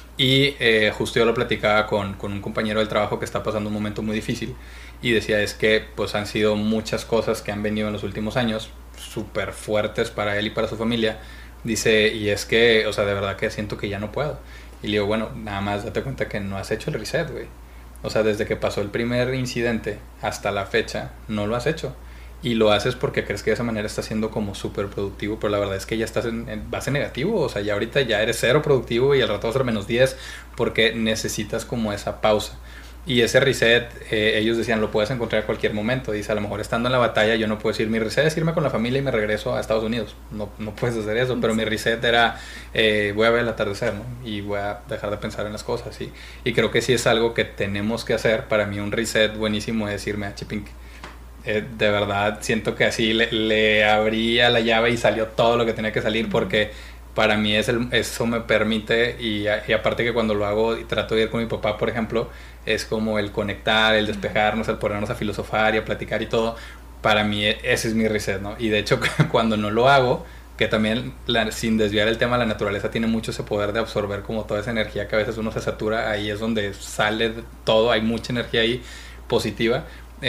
Y justo yo lo platicaba con un compañero del trabajo que está pasando un momento muy difícil y decía es que pues han sido muchas cosas que han venido en los últimos años súper fuertes para él y para su familia. Dice, y es que, o sea, de verdad que siento que ya no puedo. Y le digo, bueno, nada más date cuenta que no has hecho el reset, güey. O sea, desde que pasó el primer incidente hasta la fecha, no lo has hecho. Y lo haces porque crees que de esa manera estás siendo como súper productivo, pero la verdad es que ya estás en base negativo. O sea, ya ahorita ya eres 0 productivo y al rato vas a ser -10 porque necesitas como esa pausa. Y ese reset, ellos decían, lo puedes encontrar a cualquier momento. Dice, a lo mejor estando en la batalla yo no puedo decir, mi reset es irme con la familia y me regreso a Estados Unidos. No puedes hacer eso, pero mi reset era, voy a ver el atardecer, ¿no? Y voy a dejar de pensar en las cosas. Y creo que sí es algo que tenemos que hacer. Para mí un reset buenísimo es irme a Chipinque. De verdad siento que así le abría la llave y salió todo lo que tenía que salir, porque para mí eso me permite, y aparte que cuando lo hago y trato de ir con mi papá, por ejemplo, es como el conectar, el despejarnos, el ponernos a filosofar y a platicar y todo. Para mí ese es mi reset, ¿no? Y de hecho cuando no lo hago, que también sin desviar el tema, la naturaleza tiene mucho ese poder de absorber como toda esa energía que a veces uno se satura, ahí es donde sale todo, hay mucha energía ahí positiva.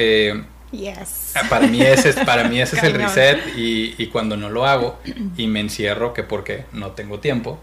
Yes. Para mí ese es el reset, y cuando no lo hago y me encierro que porque no tengo tiempo,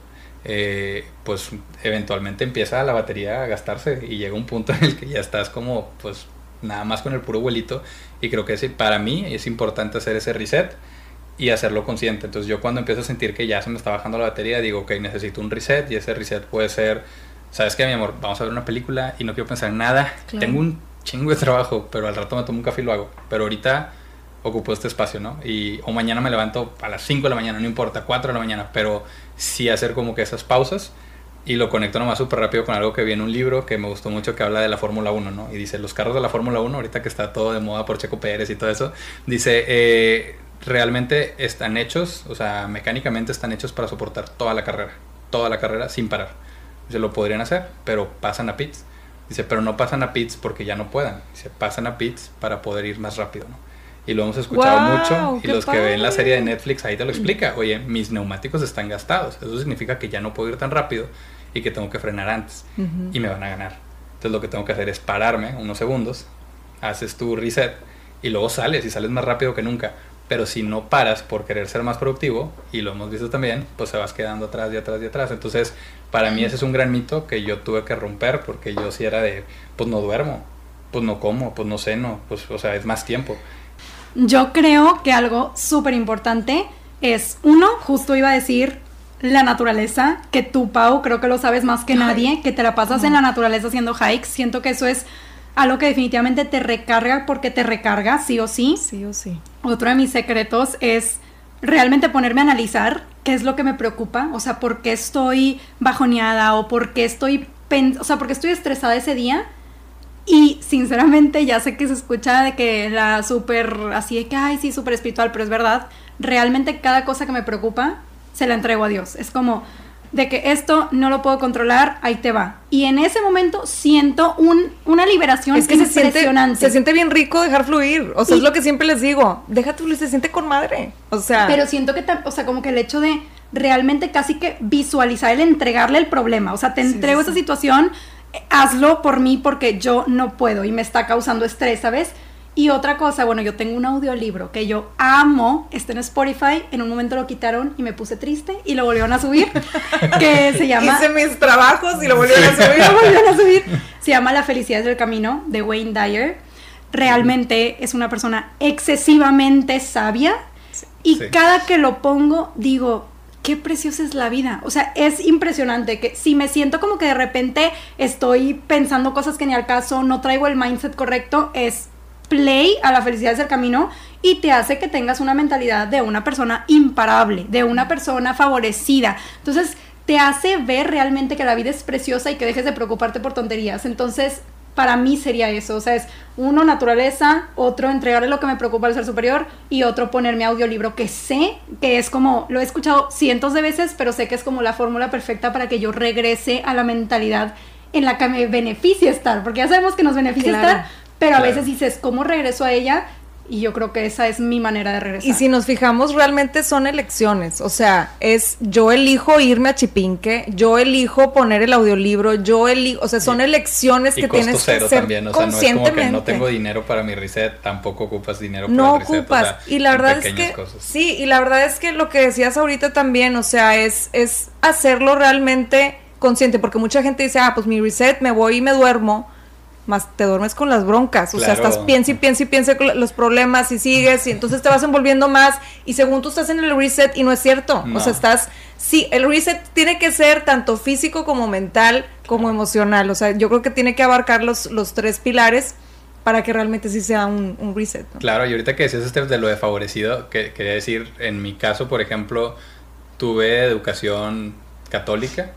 pues eventualmente empieza la batería a gastarse y llega un punto en el que ya estás como pues nada más con el puro vuelito. Y creo que para mí es importante hacer ese reset y hacerlo consciente. Entonces yo cuando empiezo a sentir que ya se me está bajando la batería, digo, ok, necesito un reset, y ese reset puede ser, ¿sabes qué, mi amor? Vamos a ver una película y no quiero pensar en nada. Claro. Tengo un chingo de trabajo, pero al rato me tomo un café y lo hago. Pero ahorita ocupo este espacio, ¿no? O mañana me levanto a las 5 de la mañana, no importa, 4 de la mañana, pero sí hacer como que esas pausas. Y lo conecto nomás súper rápido con algo que vi en un libro que me gustó mucho, que habla de la Fórmula 1, ¿no? Y dice, los carros de la Fórmula 1, ahorita que está todo de moda por Checo Pérez y todo eso, dice, realmente están hechos, o sea, mecánicamente están hechos para soportar toda la carrera sin parar. Se lo podrían hacer, pero pasan a pits. Dice, pero no pasan a pits porque ya no puedan. Dice, pasan a pits para poder ir más rápido, ¿no? Y lo hemos escuchado mucho. Y los que ven la serie de Netflix ahí te lo explica. Oye, mis neumáticos están gastados. Eso significa que ya no puedo ir tan rápido y que tengo que frenar antes. Y me van a ganar. Entonces lo que tengo que hacer es pararme unos segundos, haces tu reset y luego sales, y sales más rápido que nunca. Pero si no paras por querer ser más productivo, y lo hemos visto también, pues se vas quedando atrás y atrás y atrás. Entonces, para mí ese es un gran mito que yo tuve que romper, porque yo sí era de, pues no duermo, pues no como, pues no ceno, pues, o sea, es más tiempo. Yo creo que algo súper importante es, uno, justo iba a decir, la naturaleza, que tú, Pau, creo que lo sabes más que nadie, que te la pasas en la naturaleza haciendo hikes. Siento que eso es algo que definitivamente te recarga, porque te recarga, sí o sí. Sí o sí. Otro de mis secretos es realmente ponerme a analizar qué es lo que me preocupa, o sea, por qué estoy bajoneada, o por qué porque estoy estresada ese día. Y sinceramente ya sé que se escucha de que la súper, así de que, ay, sí, súper espiritual, pero es verdad, realmente cada cosa que me preocupa se la entrego a Dios. Es como de que esto no lo puedo controlar, ahí te va. Y en ese momento siento una liberación, es que impresionante. Se siente bien rico dejar fluir. O sea, es lo que siempre les digo. Deja tu fluir, se siente con madre. O sea. Pero siento que, o sea, como que el hecho de realmente casi que visualizar el entregarle el problema. O sea, te entrego esa situación, hazlo por mí porque yo no puedo y me está causando estrés, ¿sabes? Y otra cosa, bueno, yo tengo un audiolibro que yo amo, está en Spotify, en un momento lo quitaron y me puse triste y lo volvieron a subir, que se llama... Hice mis trabajos y lo volvieron a subir. Se llama La felicidad del camino, de Wayne Dyer. Realmente es una persona excesivamente sabia, y cada que lo pongo digo, qué preciosa es la vida. O sea, es impresionante que si me siento como que de repente estoy pensando cosas que ni al caso, no traigo el mindset correcto, es play a La felicidad es el camino, y te hace que tengas una mentalidad de una persona imparable, de una persona favorecida. Entonces te hace ver realmente que la vida es preciosa y que dejes de preocuparte por tonterías. Entonces para mí sería eso, o sea, es uno, naturaleza, otro, entregarle lo que me preocupa al ser superior, y otro, ponerme audiolibro, que sé que es como, lo he escuchado cientos de veces, pero sé que es como la fórmula perfecta para que yo regrese a la mentalidad en la que me beneficia estar, porque ya sabemos que nos beneficia estar, pero a veces dices, ¿cómo regreso a ella? Y yo creo que esa es mi manera de regresar. Y si nos fijamos, realmente son elecciones. O sea, yo elijo irme a Chipinque, yo elijo poner el audiolibro, yo elijo, o sea, son elecciones que tienes que hacer también, o sea, conscientemente. No es como que no tengo dinero para mi reset, tampoco ocupas dinero para no el reset. Ocupas. O sea, y la verdad es que cosas. sí, y la verdad es que lo que decías ahorita también, o sea, es hacerlo realmente consciente, porque mucha gente dice, pues mi reset, me voy y me duermo. Más te duermes con las broncas, o sea, estás piensa con los problemas y sigues, y entonces te vas envolviendo más, y según tú estás en el reset, y no es cierto, o sea, el reset tiene que ser tanto físico como mental, como emocional, o sea, yo creo que tiene que abarcar los 3 pilares para que realmente sí sea un reset, ¿no? Claro, y ahorita que decías de lo de favorecido, que quería decir, en mi caso, por ejemplo, tuve educación católica,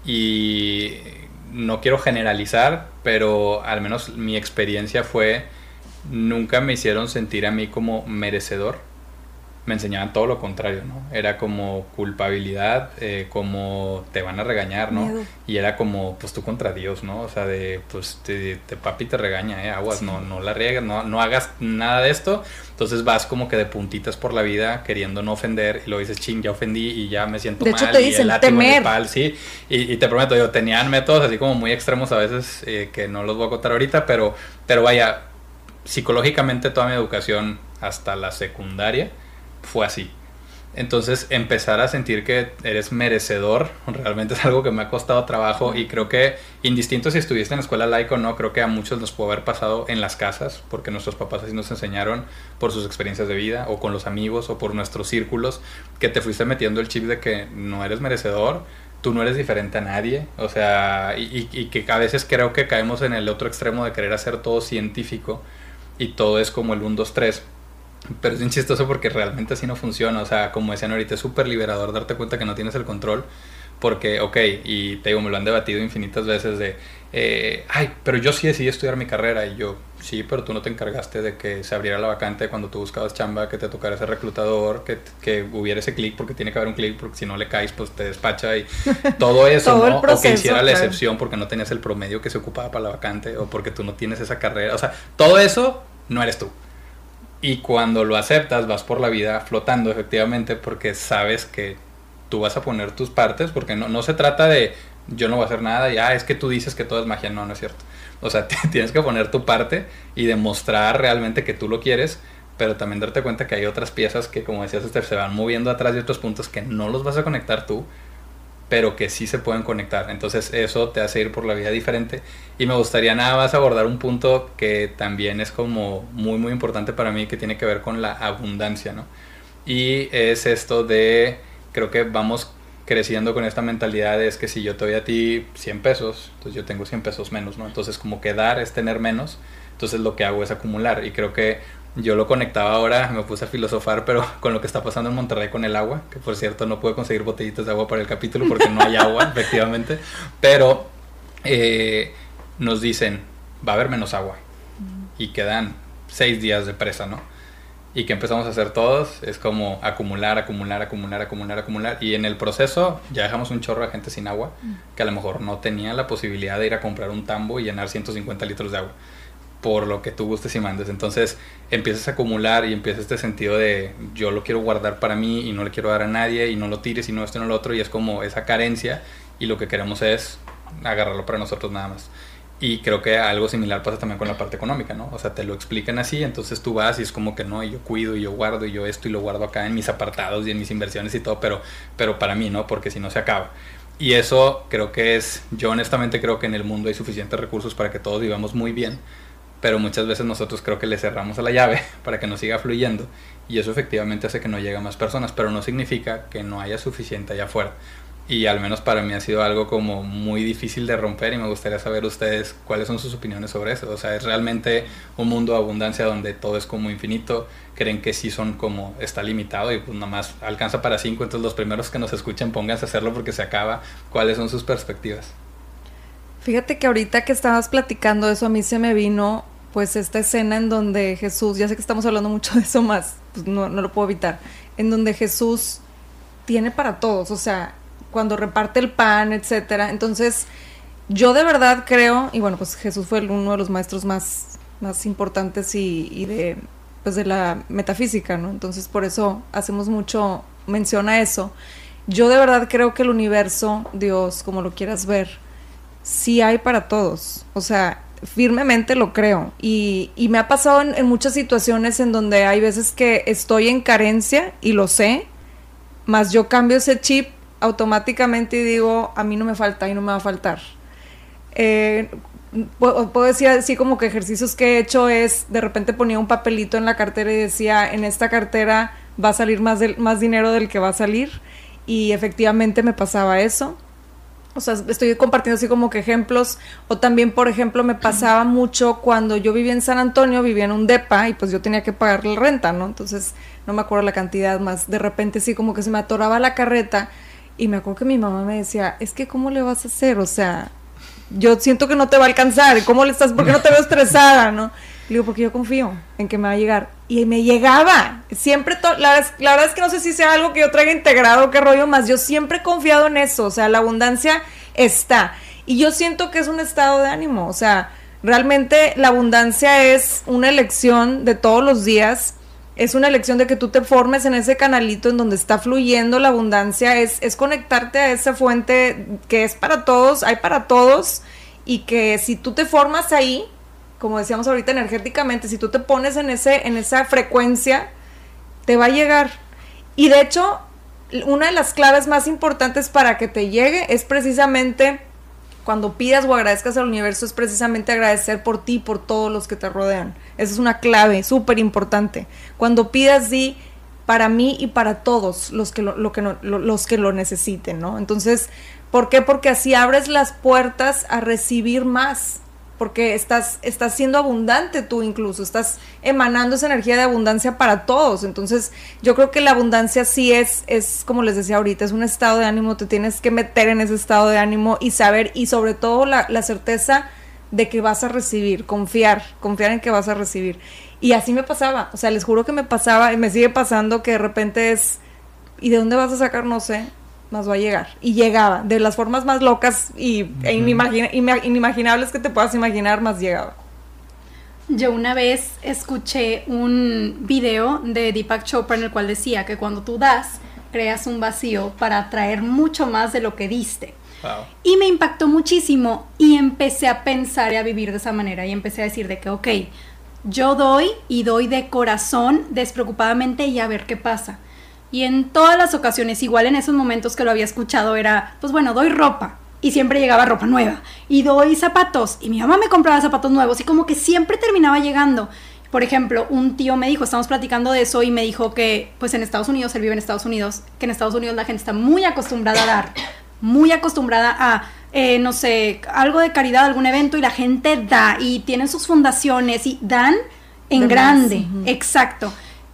y no quiero generalizar, pero al menos mi experiencia fue, nunca me hicieron sentir a mí como merecedor, me enseñaban todo lo contrario, ¿no? Era como culpabilidad, como te van a regañar, ¿no? Miedo. Y era como, pues tú contra Dios, ¿no? O sea, pues papi te regaña, aguas, sí. no la riegues, no hagas nada de esto. Entonces vas como que de puntitas por la vida queriendo no ofender, y luego dices, ching, ya ofendí y ya me siento mal. De hecho te dicen, temer. Sí, y te prometo, tenían métodos así como muy extremos a veces, que no los voy a contar ahorita, pero vaya, psicológicamente toda mi educación hasta la secundaria fue así. Entonces empezar a sentir que eres merecedor realmente es algo que me ha costado trabajo, y creo que indistinto si estuviste en la escuela laica o no, creo que a muchos nos puede haber pasado en las casas, porque nuestros papás así nos enseñaron por sus experiencias de vida, o con los amigos, o por nuestros círculos, que te fuiste metiendo el chip de que no eres merecedor, tú no eres diferente a nadie, o sea, y que a veces creo que caemos en el otro extremo de querer hacer todo científico y todo es como el 1, 2, 3. Pero es bien chistoso porque realmente así no funciona. O sea, como decían ahorita, es súper liberador darte cuenta que no tienes el control. Porque, y te digo, me lo han debatido infinitas veces de pero yo sí decidí estudiar mi carrera. Y yo, sí, pero tú no te encargaste de que se abriera la vacante cuando tú buscabas chamba, que te tocara ese reclutador, que hubiera ese clic, porque tiene que haber un clic, porque si no le caes, pues te despacha y todo eso, todo ¿no? El proceso, o que hiciera la claro. excepción porque no tenías el promedio que se ocupaba para la vacante, o porque tú no tienes esa carrera. O sea, todo eso no eres tú. Y cuando lo aceptas, vas por la vida flotando, efectivamente, porque sabes que tú vas a poner tus partes, porque no se trata de yo no voy a hacer nada y es que tú dices que todo es magia. No es cierto. O sea, tienes que poner tu parte y demostrar realmente que tú lo quieres, pero también darte cuenta que hay otras piezas que, como decías, se van moviendo atrás de otros puntos que no los vas a conectar tú, pero que sí se pueden conectar. Entonces eso te hace ir por la vida diferente. Y me gustaría nada más abordar un punto que también es como muy muy importante para mí, que tiene que ver con la abundancia, ¿no? Y es esto de, creo que vamos creciendo con esta mentalidad de, es que si yo te doy a ti 100 pesos, entonces yo tengo 100 pesos menos, ¿no? Entonces como que dar es tener menos, entonces lo que hago es acumular. Y creo que yo lo conectaba ahora, me puse a filosofar, pero con lo que está pasando en Monterrey con el agua, que por cierto no pude conseguir botellitas de agua para el capítulo porque no hay agua, efectivamente, pero nos dicen, va a haber menos agua, y quedan 6 días de presa, ¿no? Y que empezamos a hacer todos, es como acumular, y en el proceso ya dejamos un chorro de gente sin agua, que a lo mejor no tenía la posibilidad de ir a comprar un tambo y llenar 150 litros de agua, por lo que tú gustes y mandes. Entonces empiezas a acumular y empieza este sentido de yo lo quiero guardar para mí y no le quiero dar a nadie, y no lo tires y no esto y no lo otro, y es como esa carencia, y lo que queremos es agarrarlo para nosotros nada más. Y creo que algo similar pasa también con la parte económica, ¿no? O sea, te lo explican así, entonces tú vas y es como que no, y yo cuido y yo guardo y yo esto y lo guardo acá en mis apartados y en mis inversiones y todo, pero para mí, ¿no? Porque si no se acaba. Y eso creo que yo honestamente creo que en el mundo hay suficientes recursos para que todos vivamos muy bien, pero muchas veces nosotros creo que le cerramos a la llave para que nos siga fluyendo, y eso efectivamente hace que no llegue a más personas, pero no significa que no haya suficiente allá afuera. Y al menos para mí ha sido algo como muy difícil de romper, y me gustaría saber ustedes cuáles son sus opiniones sobre eso. O sea, ¿es realmente un mundo de abundancia donde todo es como infinito? ¿Creen que sí son como, está limitado y pues nada más alcanza para 5? Entonces los primeros que nos escuchen, pónganse a hacerlo porque se acaba. ¿Cuáles son sus perspectivas? Fíjate que ahorita que estabas platicando eso, a mí se me vino pues esta escena en donde Jesús, ya sé que estamos hablando mucho de eso más, pues no lo puedo evitar, en donde Jesús tiene para todos, o sea, cuando reparte el pan, etcétera. Entonces, yo de verdad creo, y bueno, pues Jesús fue uno de los maestros más importantes y de pues de la metafísica, ¿no? Entonces por eso hacemos mucho mención a eso. Yo de verdad creo que el universo, Dios, como lo quieras ver, sí hay para todos, o sea, firmemente lo creo, y me ha pasado en muchas situaciones en donde hay veces que estoy en carencia y lo sé, más yo cambio ese chip automáticamente y digo, a mí no me falta y no me va a faltar. Puedo decir así como que ejercicios que he hecho es, de repente ponía un papelito en la cartera y decía, en esta cartera va a salir más dinero del que va a salir, y efectivamente me pasaba eso. O sea, estoy compartiendo así como que ejemplos. O también, por ejemplo, me pasaba mucho cuando yo vivía en San Antonio, vivía en un depa y pues yo tenía que pagar la renta, ¿no? Entonces, no me acuerdo la cantidad más. De repente sí como que se me atoraba la carreta y me acuerdo que mi mamá me decía, es que ¿cómo le vas a hacer? O sea, yo siento que no te va a alcanzar. ¿Cómo le estás? ¿Por qué no te veo estresada, no? Le digo, porque yo confío en que me va a llegar. Y me llegaba. Siempre, la verdad es que no sé si sea algo que yo traiga integrado, qué rollo más. Yo siempre he confiado en eso. O sea, la abundancia está. Y yo siento que es un estado de ánimo. O sea, realmente la abundancia es una elección de todos los días. Es una elección de que tú te formes en ese canalito en donde está fluyendo la abundancia. Es conectarte a esa fuente que es para todos, hay para todos. Y que si tú te formas ahí, como decíamos ahorita, energéticamente, si tú te pones en esa frecuencia, te va a llegar. Y de hecho, una de las claves más importantes para que te llegue es precisamente, cuando pidas o agradezcas al universo, es precisamente agradecer por ti y por todos los que te rodean. Esa es una clave súper importante. Cuando pidas, di, para mí y para todos los que lo necesiten, ¿no? Entonces, ¿por qué? Porque así abres las puertas a recibir más. Porque estás siendo abundante tú incluso, estás emanando esa energía de abundancia para todos. Entonces yo creo que la abundancia sí es como les decía ahorita, es un estado de ánimo, te tienes que meter en ese estado de ánimo y saber, y sobre todo la certeza de que vas a recibir, confiar en que vas a recibir. Y así me pasaba, o sea, les juro que me pasaba y me sigue pasando que de repente es, ¿y de dónde vas a sacar? No sé, más va a llegar. Y llegaba, de las formas más locas e inimaginables que te puedas imaginar, más llegaba. Yo una vez escuché un video de Deepak Chopra en el cual decía que cuando tú das, creas un vacío para atraer mucho más de lo que diste. Wow. Y me impactó muchísimo y empecé a pensar y a vivir de esa manera y empecé a decir de que, ok, yo doy y doy de corazón, despreocupadamente, y a ver qué pasa. Y en todas las ocasiones, igual en esos momentos que lo había escuchado, era, pues bueno, doy ropa, y siempre llegaba ropa nueva, y doy zapatos, y mi mamá me compraba zapatos nuevos, y como que siempre terminaba llegando. Por ejemplo, un tío me dijo, estamos platicando de eso, y me dijo que, pues en Estados Unidos, él vive en Estados Unidos, que en Estados Unidos la gente está muy acostumbrada a dar, muy acostumbrada a, no sé, algo de caridad, algún evento, y la gente da, y tienen sus fundaciones, y dan en de grande, más. exacto.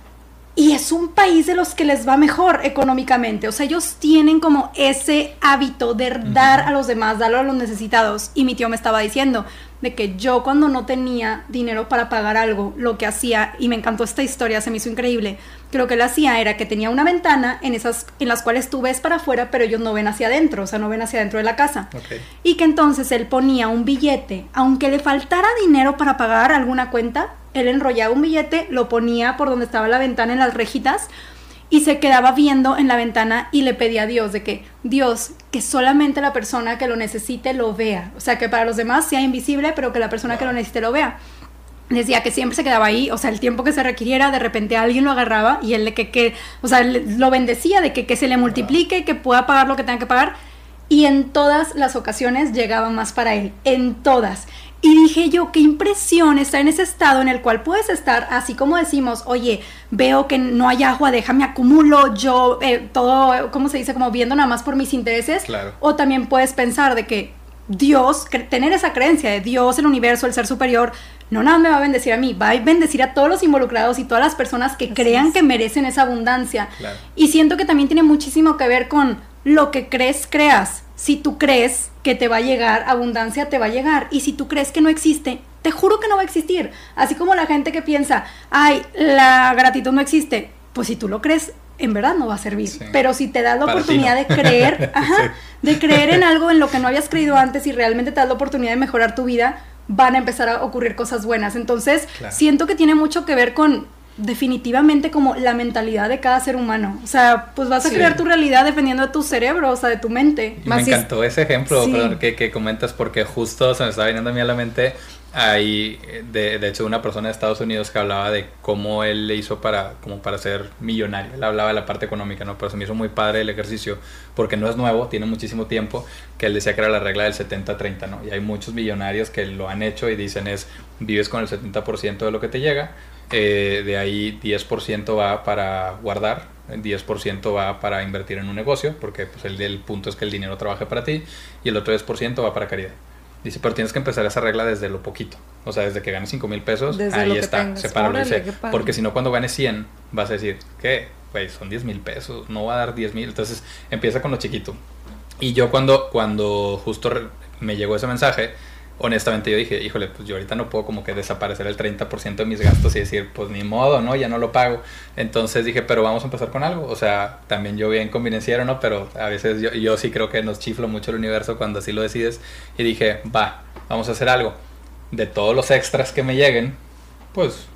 Y es un país de los que les va mejor económicamente. O sea, ellos tienen como ese hábito de dar a los demás, darlo a los necesitados. Y mi tío me estaba diciendo de que yo, cuando no tenía dinero para pagar algo, lo que hacía, y me encantó esta historia, se me hizo increíble, que lo que él hacía era que tenía una ventana en las cuales tú ves para afuera, pero ellos no ven hacia adentro, o sea, no ven hacia adentro de la casa. Okay. Y que entonces él ponía un billete, aunque le faltara dinero para pagar alguna cuenta, él enrollaba un billete, lo ponía por donde estaba la ventana en las rejitas y se quedaba viendo en la ventana y le pedía a Dios de que, Dios, que solamente la persona que lo necesite lo vea. O sea, que para los demás sea invisible, pero que la persona que lo necesite lo vea. Decía que siempre se quedaba ahí, o sea, el tiempo que se requiriera, de repente alguien lo agarraba y él o sea, lo bendecía de que se le multiplique, que pueda pagar lo que tenga que pagar. Y en todas las ocasiones llegaba más para él, en todas. Y dije yo, qué impresión estar en ese estado en el cual puedes estar, así como decimos, oye, veo que no hay agua, déjame acumulo, yo todo, ¿cómo se dice? Como viendo nada más por mis intereses. Claro. O también puedes pensar de que Dios, tener esa creencia de Dios, el universo, el ser superior, no nada me va a bendecir a mí, va a bendecir a todos los involucrados y todas las personas que crean que merecen esa abundancia. Claro. Y siento que también tiene muchísimo que ver con lo que creas. Si tú crees que te va a llegar abundancia, te va a llegar. Y si tú crees que no existe, te juro que no va a existir. Así como la gente que piensa, ay, la gratitud no existe. Pues si tú lo crees, en verdad no va a servir. Sí. Pero si te das la oportunidad de creer, de creer en algo en lo que no habías creído antes y realmente te das la oportunidad de mejorar tu vida, van a empezar a ocurrir cosas buenas. Entonces, siento que tiene mucho que ver con definitivamente como la mentalidad de cada ser humano. O sea, pues vas a crear tu realidad dependiendo de tu cerebro, o sea, de tu mente. Y me encantó ese ejemplo, perdón, que comentas, porque justo se me estaba viniendo a mí a la mente ahí, de hecho, una persona de Estados Unidos que hablaba de cómo él le hizo para ser millonario. Él hablaba de la parte económica, ¿no? Pero se me hizo muy padre el ejercicio, porque no es nuevo, tiene muchísimo tiempo, que él decía que era la regla del 70-30, ¿no? Y hay muchos millonarios que lo han hecho y dicen vives con el 70% de lo que te llega, de ahí 10% va para guardar, 10% va para invertir en un negocio, porque pues el punto es que el dinero trabaje para ti, y el otro 10% va para caridad. Dice, pero tienes que empezar esa regla desde lo poquito. O sea, desde que ganes 5,000 pesos, desde ahí está, sepáralo. Porque si no, cuando ganes 100, vas a decir, ¿qué? Güey, son 10,000 pesos, no va a dar 10,000. Entonces, empieza con lo chiquito. Y yo cuando justo me llegó ese mensaje, honestamente yo dije, híjole, pues yo ahorita no puedo como que desaparecer el 30% de mis gastos y decir, pues ni modo, ¿no? Ya no lo pago. Entonces dije, pero vamos a empezar con algo. O sea, también yo bien convenenciero, ¿no? Pero a veces yo sí creo que nos chiflo mucho el universo cuando así lo decides. Y dije, vamos a hacer algo. De todos los extras que me lleguen, pues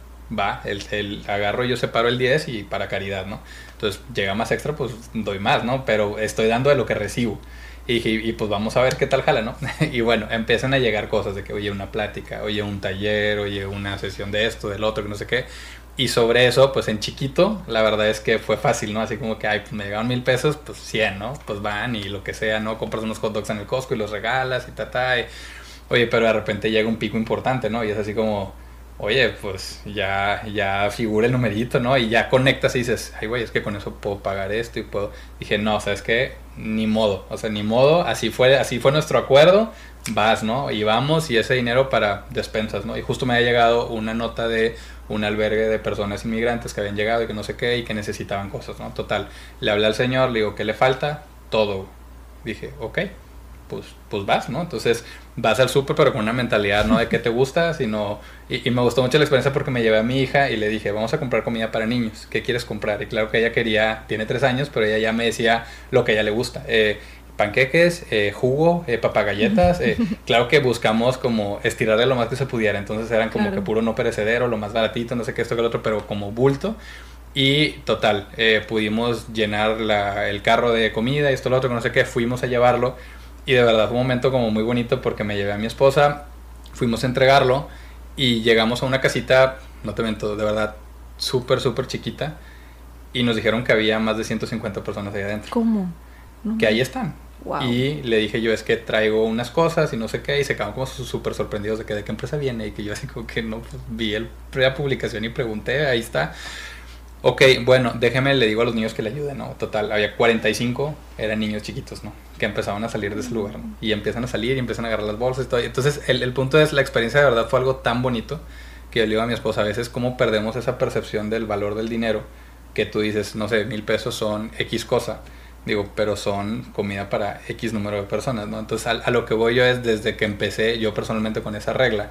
el agarro y yo separo el 10 y para caridad, ¿no? Entonces llega más extra, pues doy más, ¿no? Pero estoy dando de lo que recibo. Y dije, y pues vamos a ver qué tal jala, ¿no? Y bueno, empiezan a llegar cosas de que, oye, una plática, oye, un taller, oye, una sesión de esto, del otro, que no sé qué. Y sobre eso, pues en chiquito, la verdad es que fue fácil, ¿no? Así como que, ay, pues me llegaron 1,000 pesos, pues 100, ¿no? Pues van y lo que sea, ¿no? Compras unos hot dogs en el Costco y los regalas y y oye, pero de repente llega un pico importante, ¿no? Y es así como, oye, pues ya figura el numerito, ¿no? Y ya conectas y dices, ay, güey, es que con eso puedo pagar esto y puedo... Dije, no, ¿sabes qué? Ni modo, o sea, ni modo, así fue nuestro acuerdo, vas, ¿no? Y vamos, y ese dinero para despensas, ¿no? Y justo me había llegado una nota de un albergue de personas inmigrantes que habían llegado y que no sé qué, y que necesitaban cosas, ¿no? Total, le hablé al señor, le digo, ¿qué le falta? Todo. Dije, ok, pues vas, ¿no? Entonces vas al súper, pero con una mentalidad no de qué te gusta, sino... Y me gustó mucho la experiencia porque me llevé a mi hija y le dije, vamos a comprar comida para niños, ¿qué quieres comprar? Y claro que ella tiene 3 años, pero ella ya me decía lo que a ella le gusta. Panqueques, jugo, papagalletas. Claro que buscamos como estirarle lo más que se pudiera, entonces eran como que puro no perecedero, lo más baratito, no sé qué, esto que el otro, pero como bulto. Y total, pudimos llenar el carro de comida y esto, lo otro, que no sé qué, fuimos a llevarlo. Y de verdad fue un momento como muy bonito porque me llevé a mi esposa, fuimos a entregarlo y llegamos a una casita, no te miento, de verdad, súper, súper chiquita. Y nos dijeron que había más de 150 personas ahí adentro. ¿Cómo? No. Que ahí están. Wow. Y le dije yo, es que traigo unas cosas y no sé qué. Y se quedaron como súper sorprendidos de que de qué empresa viene. Y que yo así como que no, pues vi la publicación y pregunté, ahí está. Ok, bueno, déjeme, le digo a los niños que le ayuden, ¿no? Total, había 45, eran niños chiquitos, ¿no? Que empezaban a salir de ese lugar, ¿no? Y empiezan a salir y empiezan a agarrar las bolsas y todo. Entonces, el punto es, la experiencia de verdad fue algo tan bonito que yo le digo a mi esposa, a veces cómo perdemos esa percepción del valor del dinero, que tú dices, no sé, 1,000 pesos son X cosa, digo, pero son comida para X número de personas, ¿no? Entonces, a lo que voy yo es, desde que empecé yo personalmente con esa regla,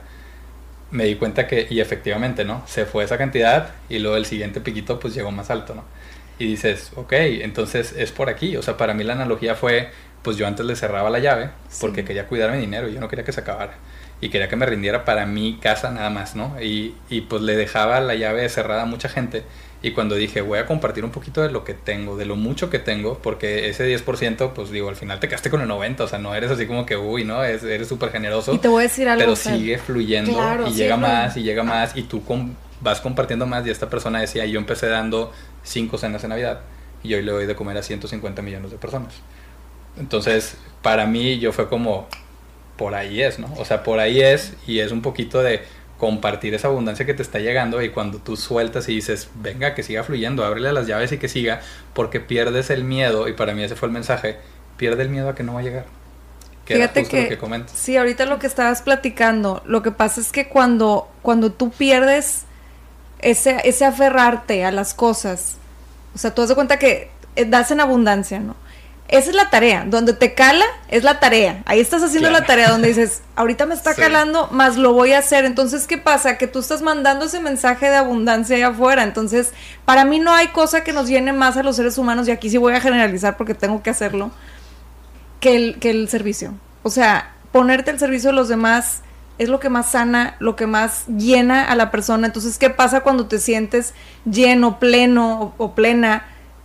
me di cuenta que, y efectivamente, ¿no? Se fue esa cantidad y luego el siguiente piquito pues llegó más alto, ¿no? Y dices, ok, entonces es por aquí. O sea, para mí la analogía fue, pues yo antes le cerraba la llave porque quería cuidar mi dinero y yo no quería que se acabara. Y quería que me rindiera para mi casa nada más, ¿no? Y pues le dejaba la llave cerrada a mucha gente. Y cuando dije, voy a compartir un poquito de lo que tengo, de lo mucho que tengo, porque ese 10%, pues digo, al final te quedaste con el 90%, o sea, no eres así como que, uy, ¿no? Eres súper generoso. Y te voy a decir algo. Pero sigue fluyendo, claro, y llega más, y llega más, y tú vas compartiendo más. Y esta persona decía, yo empecé dando 5 cenas en Navidad, y hoy le doy de comer a 150 millones de personas. Entonces, para mí, yo fue como, por ahí es, ¿no? O sea, por ahí es, y es un poquito de compartir esa abundancia que te está llegando, y cuando tú sueltas y dices, venga, que siga fluyendo, ábrele las llaves y que siga, porque pierdes el miedo, y para mí ese fue el mensaje, pierde el miedo a que no va a llegar. Fíjate que sí, ahorita lo que estabas platicando, lo que pasa es que cuando tú pierdes ese aferrarte a las cosas, o sea, tú das de cuenta que das en abundancia, ¿no? Esa es la tarea, donde te cala es la tarea, ahí estás haciendo la tarea, donde dices, ahorita me está calando, más lo voy a hacer. Entonces, ¿qué pasa? Que tú estás mandando ese mensaje de abundancia allá afuera. Entonces, para mí no hay cosa que nos llene más a los seres humanos, y aquí sí voy a generalizar porque tengo que hacerlo, que el servicio. O sea, ponerte al servicio de los demás es lo que más sana, lo que más llena a la persona. Entonces, ¿qué pasa cuando te sientes lleno, pleno o plena?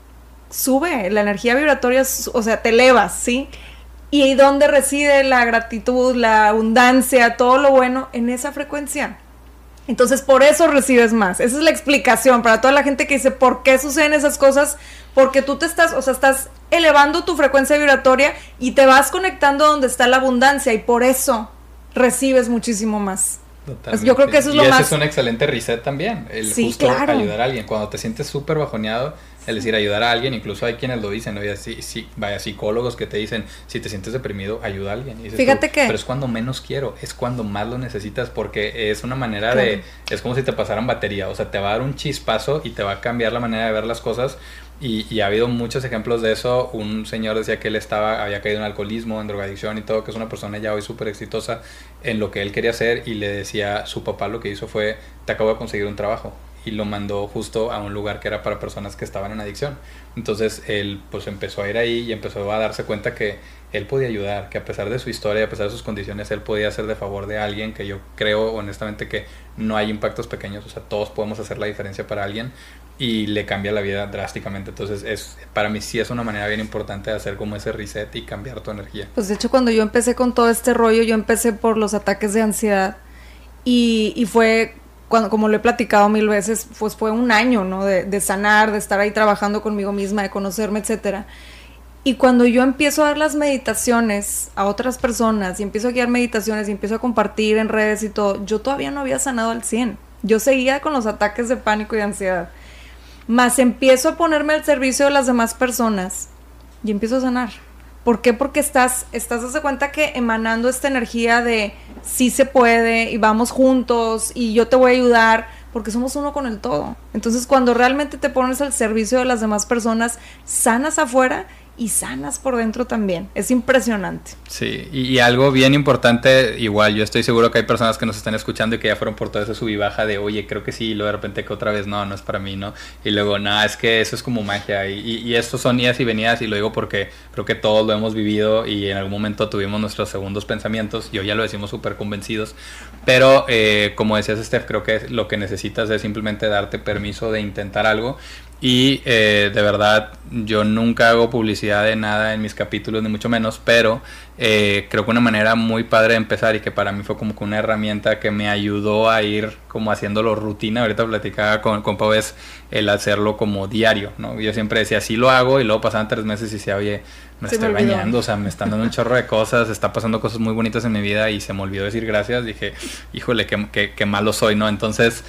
Sube la energía vibratoria, o sea, te elevas, ¿sí? ¿Y dónde reside la gratitud, la abundancia, todo lo bueno? En esa frecuencia. Entonces, por eso recibes más. Esa es la explicación para toda la gente que dice, ¿por qué suceden esas cosas? Porque tú te estás, o sea, estás elevando tu frecuencia vibratoria y te vas conectando donde está la abundancia, y por eso recibes muchísimo más. Totalmente. Yo creo que eso es lo más... Y ese es un excelente reset también, el sí, justo claro. ayudar a alguien. Cuando te sientes súper bajoneado, es decir, ayudar a alguien, incluso hay quienes lo dicen, ¿no? Y así, sí, vaya, psicólogos que te dicen, si te sientes deprimido, ayuda a alguien. Y dices fíjate tú, que... pero es cuando menos quiero, es cuando más lo necesitas, porque es una manera de... Es como si te pasaran batería, o sea, te va a dar un chispazo y te va a cambiar la manera de ver las cosas. Y ha habido muchos ejemplos de eso. Un señor decía que él había caído en alcoholismo, en drogadicción y todo, que es una persona ya hoy súper exitosa en lo que él quería hacer, y le decía, su papá lo que hizo fue, te acabo de conseguir un trabajo, y lo mandó justo a un lugar que era para personas que estaban en adicción. Entonces él pues empezó a ir ahí y empezó a darse cuenta que él podía ayudar, que a pesar de su historia, a pesar de sus condiciones, él podía hacer de favor de alguien, que yo creo honestamente que no hay impactos pequeños, o sea, todos podemos hacer la diferencia para alguien, y le cambia la vida drásticamente. Entonces para mí sí es una manera bien importante de hacer como ese reset y cambiar tu energía. Pues de hecho, cuando yo empecé con todo este rollo, yo empecé por los ataques de ansiedad, y fue... Cuando, como lo he platicado 1000 veces, pues fue un año, ¿no? De sanar, de estar ahí trabajando conmigo misma, de conocerme, etcétera. Y cuando yo empiezo a dar las meditaciones a otras personas, y empiezo a guiar meditaciones, y empiezo a compartir en redes y todo, yo todavía no había sanado al 100. Yo seguía con los ataques de pánico y de ansiedad. Más empiezo a ponerme al servicio de las demás personas, y empiezo a sanar. ¿Por qué? Porque estás de cuenta que emanando esta energía de sí se puede, y vamos juntos, y yo te voy a ayudar, porque somos uno con el todo. Entonces, cuando realmente te pones al servicio de las demás personas, sanas afuera y sanas por dentro también. Es impresionante. Sí, y algo bien importante, igual yo estoy seguro que hay personas que nos están escuchando y que ya fueron por todo ese sub y baja de, oye, creo que sí, y luego de repente que otra vez no es para mí, ¿no? Y luego, es que eso es como magia, y estos son idas y venidas, y lo digo porque creo que todos lo hemos vivido, y en algún momento tuvimos nuestros segundos pensamientos, y hoy ya lo decimos súper convencidos, pero como decías, Steph, creo que lo que necesitas es simplemente darte permiso de intentar algo. Y de verdad, yo nunca hago publicidad de nada en mis capítulos, ni mucho menos, pero creo que una manera muy padre de empezar, y que para mí fue como que una herramienta que me ayudó a ir como haciéndolo rutina, ahorita platicaba con Pau, es el hacerlo como diario, ¿no? Yo siempre decía, sí lo hago, y luego pasaban 3 meses y decía, oye, me estoy bañando, o sea, me están dando un chorro de cosas, está pasando cosas muy bonitas en mi vida, y se me olvidó decir gracias. Dije, híjole, qué malo soy, ¿no? Entonces...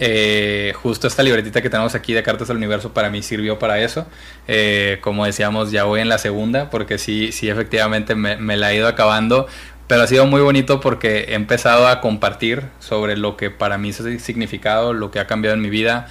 justo esta libretita que tenemos aquí de Cartas al Universo para mí sirvió para eso. Como decíamos, ya voy en la segunda, porque sí efectivamente me la he ido acabando, pero ha sido muy bonito porque he empezado a compartir sobre lo que para mí es el significado, lo que ha cambiado en mi vida.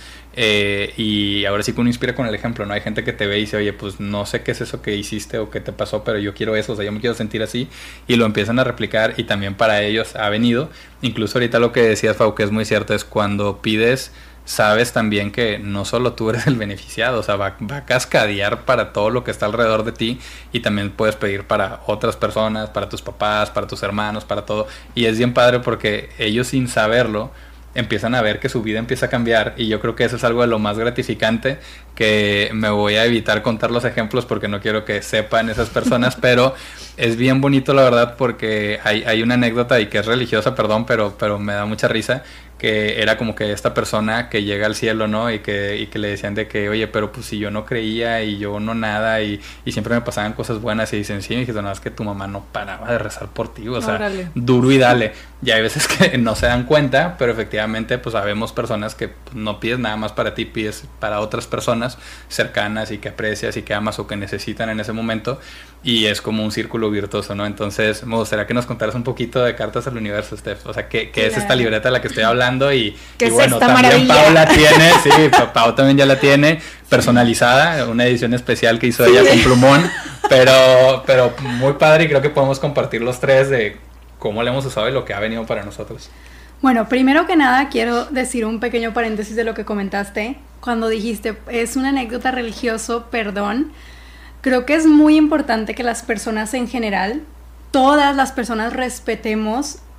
Y ahora sí que uno inspira con el ejemplo, ¿no? Hay gente que te ve y dice, oye, pues no sé qué es eso que hiciste o qué te pasó, pero yo quiero eso, o sea, yo me quiero sentir así, y lo empiezan a replicar, y también para ellos ha venido. Incluso ahorita lo que decías, Fau, que es muy cierto, es cuando pides, sabes también que no solo tú eres el beneficiado, o sea, va a cascadear para todo lo que está alrededor de ti, y también puedes pedir para otras personas, para tus papás, para tus hermanos, para todo, y es bien padre porque ellos, sin saberlo, empiezan a ver que su vida empieza a cambiar, y yo creo que eso es algo de lo más gratificante, que me voy a evitar contar los ejemplos porque no quiero que sepan esas personas, pero es bien bonito, la verdad, porque hay una anécdota, y que es religiosa, perdón, pero me da mucha risa, que era como que esta persona que llega al cielo, ¿no? Y que le decían de que, oye, pero pues si yo no creía, y yo no nada, y siempre me pasaban cosas buenas, y dicen, sí, y dijiste, no, es que tu mamá no paraba de rezar por ti, o sea, órale, duro y dale. Y hay veces que no se dan cuenta, pero efectivamente pues sabemos personas que no pides nada más para ti, pides para otras personas cercanas, y que aprecias y que amas, o que necesitan en ese momento, y es como un círculo virtuoso, ¿no? Entonces me gustaría que nos contaras un poquito de Cartas al Universo, Steph, o sea, ¿qué es esta libreta de la que estoy hablando? Y bueno, también Pau la tiene, sí, Pau también ya la tiene personalizada, una edición especial que hizo ella con plumón, pero muy padre, y creo que podemos compartir los tres de cómo le hemos usado y lo que ha venido para nosotros. Bueno, primero que nada quiero decir un pequeño paréntesis de lo que comentaste. Cuando dijiste, es una anécdota religioso, perdón, creo que es muy importante que las personas en general, todas las personas, respetemos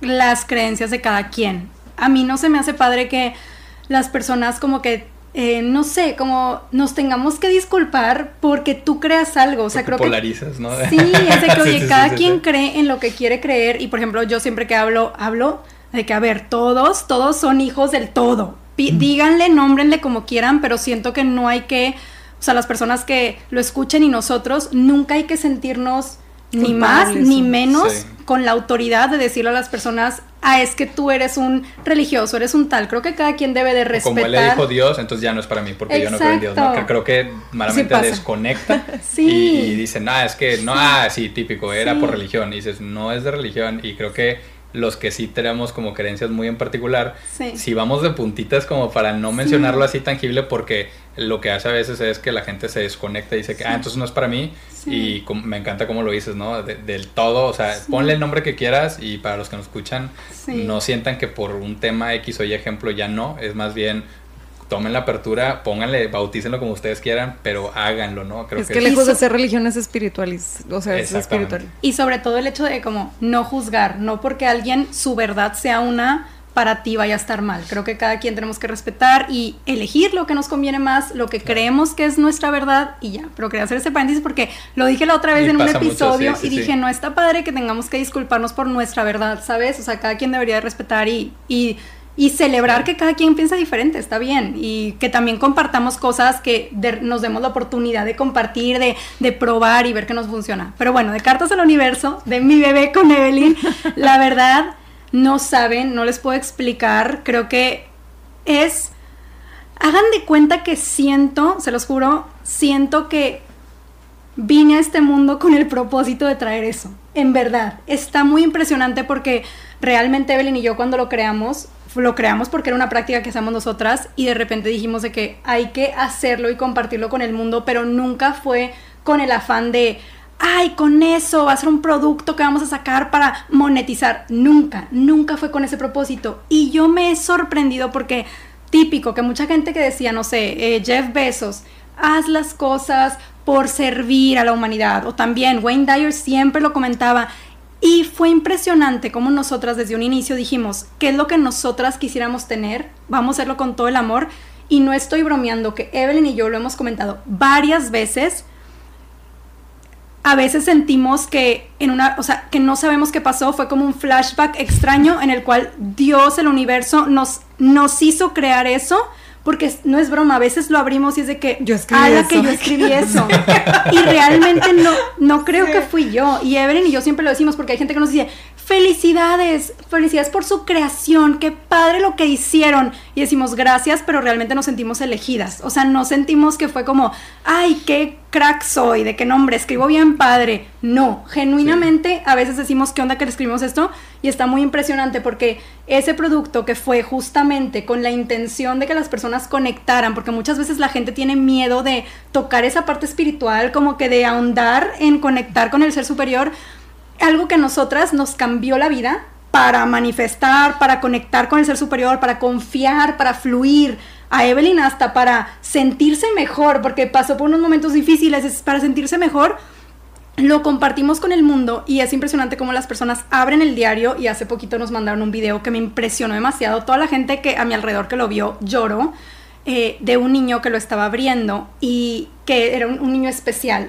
las creencias de cada quien. A mí no se me hace padre que las personas como que no sé, como nos tengamos que disculpar porque tú creas algo, o sea, creo polarizas, ¿no? Sí, es de que, oye, cada quien cree en lo que quiere creer, y por ejemplo, yo siempre que hablo de que, a ver, todos son hijos del todo, díganle, nómbrenle como quieran, pero siento que no hay que, o sea, las personas que lo escuchen y nosotros, nunca hay que sentirnos ni más ni menos con la autoridad de decirle a las personas, es que tú eres un religioso, eres un tal. Creo que cada quien debe de respetar. O como él le dijo Dios, entonces ya no es para mí, porque yo no creo en Dios, ¿no? Creo que malamente desconecta y dicen, es que no, sí, típico, era por religión. Y dices, no es de religión, y creo que los que sí tenemos como creencias muy en particular, si vamos de puntitas como para no mencionarlo así tangible, porque lo que hace a veces es que la gente se desconecta y dice que, entonces no es para mí, y me encanta cómo lo dices, ¿no? Del todo, o sea, ponle el nombre que quieras, y para los que nos escuchan, no sientan que por un tema X o Y ejemplo ya no, es más bien, tomen la apertura, pónganle, bautícenlo como ustedes quieran, pero háganlo, ¿no? Creo que lejos de ser religión es espirituales, o sea, es espiritual. Y sobre todo el hecho de como no juzgar, no porque alguien su verdad sea una, para ti vaya a estar mal. Creo que cada quien tenemos que respetar y elegir lo que nos conviene más, lo que creemos que es nuestra verdad, y ya. Pero quería hacer ese paréntesis porque lo dije la otra vez en un episodio y dije, no está padre que tengamos que disculparnos por nuestra verdad, ¿sabes? O sea, cada quien debería de respetar y celebrar que cada quien piensa diferente, está bien, y que también compartamos cosas que nos demos la oportunidad de compartir, de probar y ver que nos funciona. Pero bueno, de Cartas al Universo, de mi bebé con Evelyn, la verdad, no saben, no les puedo explicar, creo que hagan de cuenta que siento, se los juro, siento que vine a este mundo con el propósito de traer eso, en verdad, está muy impresionante porque realmente Evelyn y yo cuando lo creamos porque era una práctica que hacemos nosotras, y de repente dijimos de que hay que hacerlo y compartirlo con el mundo, pero nunca fue con el afán de, con eso va a ser un producto que vamos a sacar para monetizar. Nunca fue con ese propósito. Y yo me he sorprendido porque, típico, que mucha gente que decía, no sé, Jeff Bezos, haz las cosas por servir a la humanidad, o también Wayne Dyer siempre lo comentaba. Y fue impresionante cómo nosotras desde un inicio dijimos, ¿qué es lo que nosotras quisiéramos tener? Vamos a hacerlo con todo el amor. Y no estoy bromeando, que Evelyn y yo lo hemos comentado varias veces. A veces sentimos que que no sabemos qué pasó, fue como un flashback extraño en el cual Dios, el universo, nos hizo crear eso. Porque no es broma, a veces lo abrimos y es de que yo escribí eso. Y realmente no creo que fui yo. Y Evelyn y yo siempre lo decimos porque hay gente que nos dice, felicidades por su creación, qué padre lo que hicieron. Y decimos gracias, pero realmente nos sentimos elegidas. O sea, no sentimos que fue como, qué crack soy, de qué nombre, escribo bien padre. No, genuinamente a veces decimos, ¿qué onda que le escribimos esto? Y está muy impresionante porque ese producto que fue justamente con la intención de que las personas conectaran, porque muchas veces la gente tiene miedo de tocar esa parte espiritual, como que de ahondar en conectar con el ser superior, algo que a nosotras nos cambió la vida para manifestar, para conectar con el ser superior, para confiar, para fluir. A Evelyn hasta para sentirse mejor, porque pasó por unos momentos difíciles, para sentirse mejor. Lo compartimos con el mundo y es impresionante cómo las personas abren el diario, y hace poquito nos mandaron un video que me impresionó demasiado. Toda la gente que a mi alrededor que lo vio lloró, de un niño que lo estaba abriendo y que era un niño especial.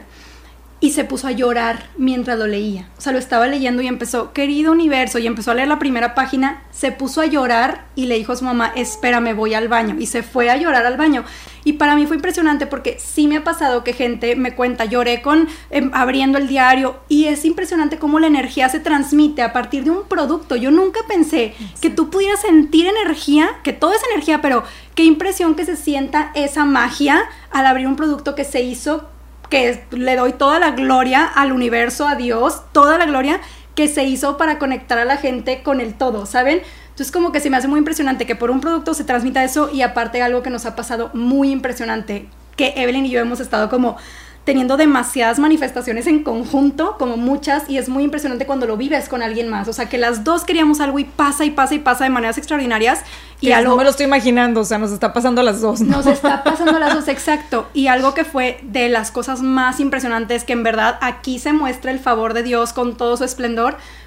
Y se puso a llorar mientras lo leía. O sea, lo estaba leyendo y empezó, querido universo, y empezó a leer la primera página, se puso a llorar y le dijo a su mamá, espérame, voy al baño. Y se fue a llorar al baño. Y para mí fue impresionante porque sí me ha pasado que gente me cuenta, lloré abriendo el diario, y es impresionante cómo la energía se transmite a partir de un producto. Yo nunca pensé que tú pudieras sentir energía, que todo es energía, pero qué impresión que se sienta esa magia al abrir un producto que se hizo, que le doy toda la gloria al universo, a Dios, toda la gloria que se hizo para conectar a la gente con el todo, ¿saben? Entonces como que se me hace muy impresionante que por un producto se transmita eso, y aparte algo que nos ha pasado muy impresionante, que Evelyn y yo hemos estado como teniendo demasiadas manifestaciones en conjunto, como muchas, y es muy impresionante cuando lo vives con alguien más. O sea, que las dos queríamos algo y pasa de maneras extraordinarias. Y algo, no me lo estoy imaginando, o sea, nos está pasando a las dos, ¿no? Nos está pasando a las dos, exacto. Y algo que fue de las cosas más impresionantes, que en verdad aquí se muestra el favor de Dios con todo su esplendor,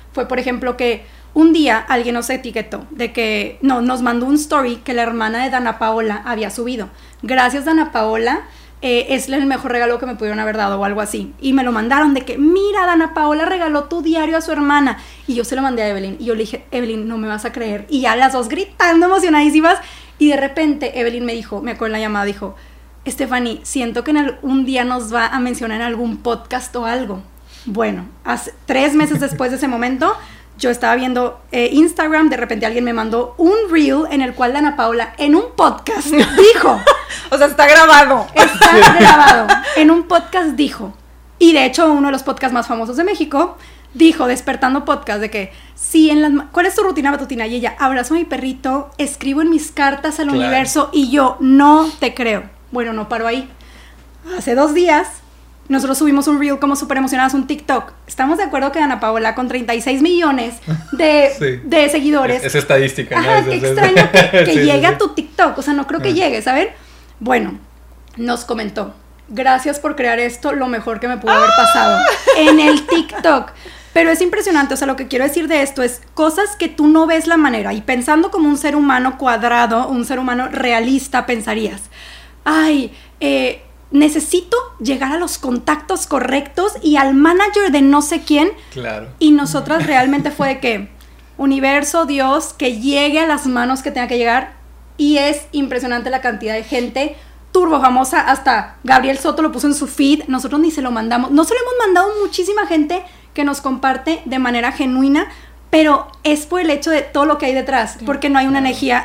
fue, por ejemplo, que un día alguien nos etiquetó de que, no, nos mandó un story que la hermana de Dana Paola había subido. Gracias, Dana Paola, es el mejor regalo que me pudieron haber dado o algo así. Y me lo mandaron de que, mira, Dana Paola regaló tu diario a su hermana. Y yo se lo mandé a Evelyn. Y yo le dije, Evelyn, no me vas a creer. Y ya las dos gritando emocionadísimas. Y de repente Evelyn me dijo, me acuerdo en la llamada, dijo, Stephanie, siento que un día nos va a mencionar en algún podcast o algo. Bueno, 3 meses después de ese momento, yo estaba viendo Instagram, de repente alguien me mandó un reel en el cual Dana Paola en un podcast dijo... O sea, está grabado. Está grabado. En un podcast dijo, y de hecho uno de los podcasts más famosos de México, dijo, Despertando Podcast, de que, sí, ¿cuál es tu rutina matutina? Y ella, abrazo a mi perrito, escribo en mis cartas al universo, y yo, no te creo. Bueno, no paro ahí. Hace 2 días... nosotros subimos un reel como súper emocionadas, un TikTok. Estamos de acuerdo que Dana Paola, con 36 millones de seguidores... Es estadística, ¿no? Ajá, extraño que llegue a tu TikTok. O sea, no creo que llegue, ¿saben? Bueno, nos comentó, gracias por crear esto, lo mejor que me pudo haber pasado en el TikTok. Pero es impresionante, o sea, lo que quiero decir de esto es cosas que tú no ves la manera. Y pensando como un ser humano cuadrado, un ser humano realista, pensarías, ay, necesito llegar a los contactos correctos y al manager de no sé quién. Claro. Y nosotras realmente fue de que, universo, Dios, que llegue a las manos que tenga que llegar. Y es impresionante la cantidad de gente turbo famosa, hasta Gabriel Soto lo puso en su feed, nosotros ni se lo mandamos, no se lo hemos mandado muchísima gente que nos comparte de manera genuina, pero es por el hecho de todo lo que hay detrás, porque no hay una energía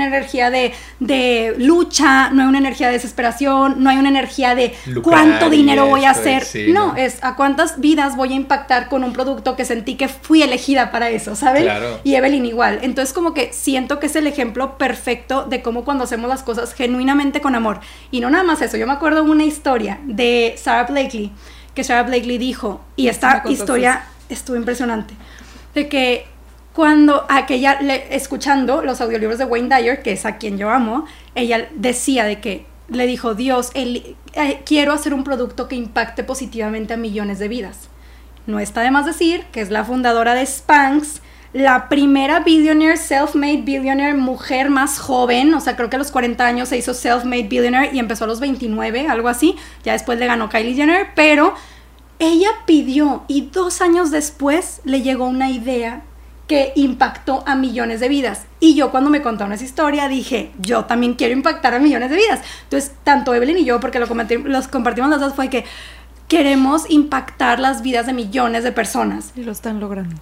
de lucha, no hay una energía de desesperación, no hay una energía de cuánto dinero voy a hacer, sí, no, es a cuántas vidas voy a impactar con un producto que sentí que fui elegida para eso, ¿saben? Claro. Y Evelyn igual, entonces como que siento que es el ejemplo perfecto de cómo cuando hacemos las cosas genuinamente con amor, y no nada más eso, yo me acuerdo de una historia de Sara Blakely, que Sara Blakely dijo, y esta historia estuvo impresionante, de que cuando aquella, escuchando los audiolibros de Wayne Dyer, que es a quien yo amo, ella decía de que, le dijo, Dios, quiero hacer un producto que impacte positivamente a millones de vidas. No está de más decir que es la fundadora de Spanx, la primera billionaire, self-made billionaire, mujer más joven, o sea, creo que a los 40 años se hizo self-made billionaire y empezó a los 29, algo así, ya después le ganó Kylie Jenner, pero... ella pidió y 2 años después le llegó una idea que impactó a millones de vidas. Y yo cuando me contaron esa historia dije, yo también quiero impactar a millones de vidas. Entonces, tanto Evelyn y yo, porque los compartimos las dos, fue que queremos impactar las vidas de millones de personas. Y lo están logrando.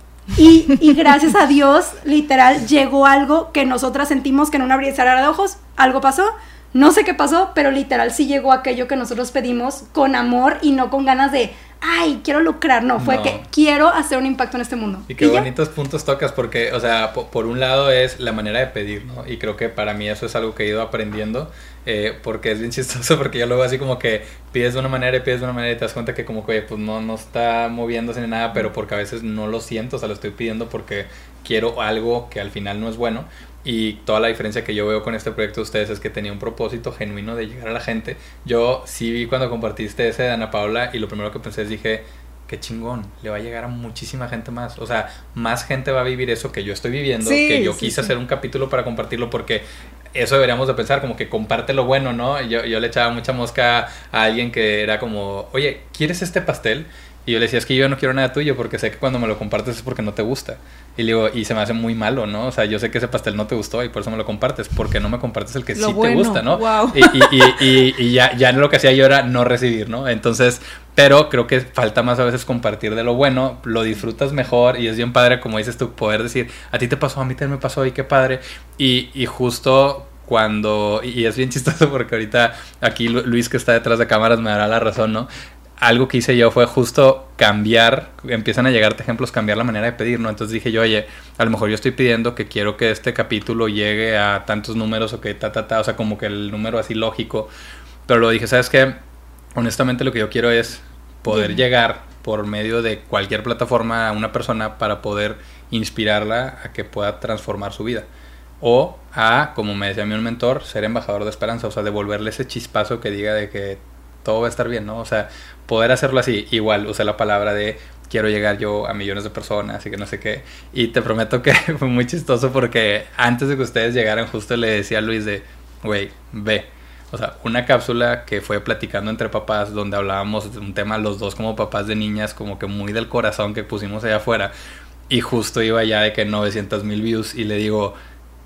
Y gracias a Dios, literal, llegó algo que nosotras sentimos que en una abrir y cerrar de ojos, algo pasó. No sé qué pasó, pero literal sí llegó aquello que nosotros pedimos con amor y no con ganas de, ay, quiero lucrar. No, fue que quiero hacer un impacto en este mundo. Y qué bonitos puntos tocas porque, o sea, por un lado es la manera de pedir, ¿no? Y creo que para mí eso es algo que he ido aprendiendo, porque es bien chistoso, porque yo luego así como que pides de una manera y pides de una manera y te das cuenta que como que, pues no está moviéndose ni nada, pero porque a veces no lo siento, o sea, lo estoy pidiendo porque quiero algo que al final no es bueno. Y toda la diferencia que yo veo con este proyecto de ustedes es que tenía un propósito genuino de llegar a la gente. Yo sí vi cuando compartiste ese de Dana Paola y lo primero que pensé es, dije, qué chingón, le va a llegar a muchísima gente más. O sea, más gente va a vivir eso que yo estoy viviendo, que yo quise hacer un capítulo para compartirlo porque eso deberíamos de pensar, como que comparte lo bueno, ¿no? Yo le echaba mucha mosca a alguien que era como, oye, ¿quieres este pastel? Y yo le decía, es que yo no quiero nada tuyo porque sé que cuando me lo compartes es porque no te gusta. Y le digo, y se me hace muy malo, ¿no? O sea, yo sé que ese pastel no te gustó y por eso me lo compartes. Porque no me compartes el que sí te gusta, ¿no? Wow. Y ya lo que hacía yo era no recibir, ¿no? Entonces, pero creo que falta más a veces compartir de lo bueno. Lo disfrutas mejor y es bien padre, como dices tú, poder decir, a ti te pasó, a mí también me pasó y qué padre. Y justo... cuando... Y es bien chistoso porque ahorita aquí Luis, que está detrás de cámaras, me dará la razón, ¿no? Algo que hice yo fue justo cambiar, empiezan a llegarte ejemplos, cambiar la manera de pedir, ¿no? Entonces dije yo, oye, a lo mejor yo estoy pidiendo que quiero que este capítulo llegue a tantos números o que o sea, como que el número así lógico. Pero lo dije, ¿sabes qué? Honestamente lo que yo quiero es poder llegar por medio de cualquier plataforma a una persona para poder inspirarla a que pueda transformar su vida. O a, como me decía mi un mentor, ser embajador de esperanza, o sea, devolverle ese chispazo que diga de que todo va a estar bien, ¿no? O sea, poder hacerlo así. Igual usé la palabra de quiero llegar yo a millones de personas y que no sé qué. Y te prometo que fue muy chistoso porque antes de que ustedes llegaran justo le decía a Luis de, güey, ve. O sea, una cápsula que fue platicando entre papás donde hablábamos de un tema los dos como papás de niñas como que muy del corazón que pusimos allá afuera. Y justo iba ya de que 900,000 views y le digo,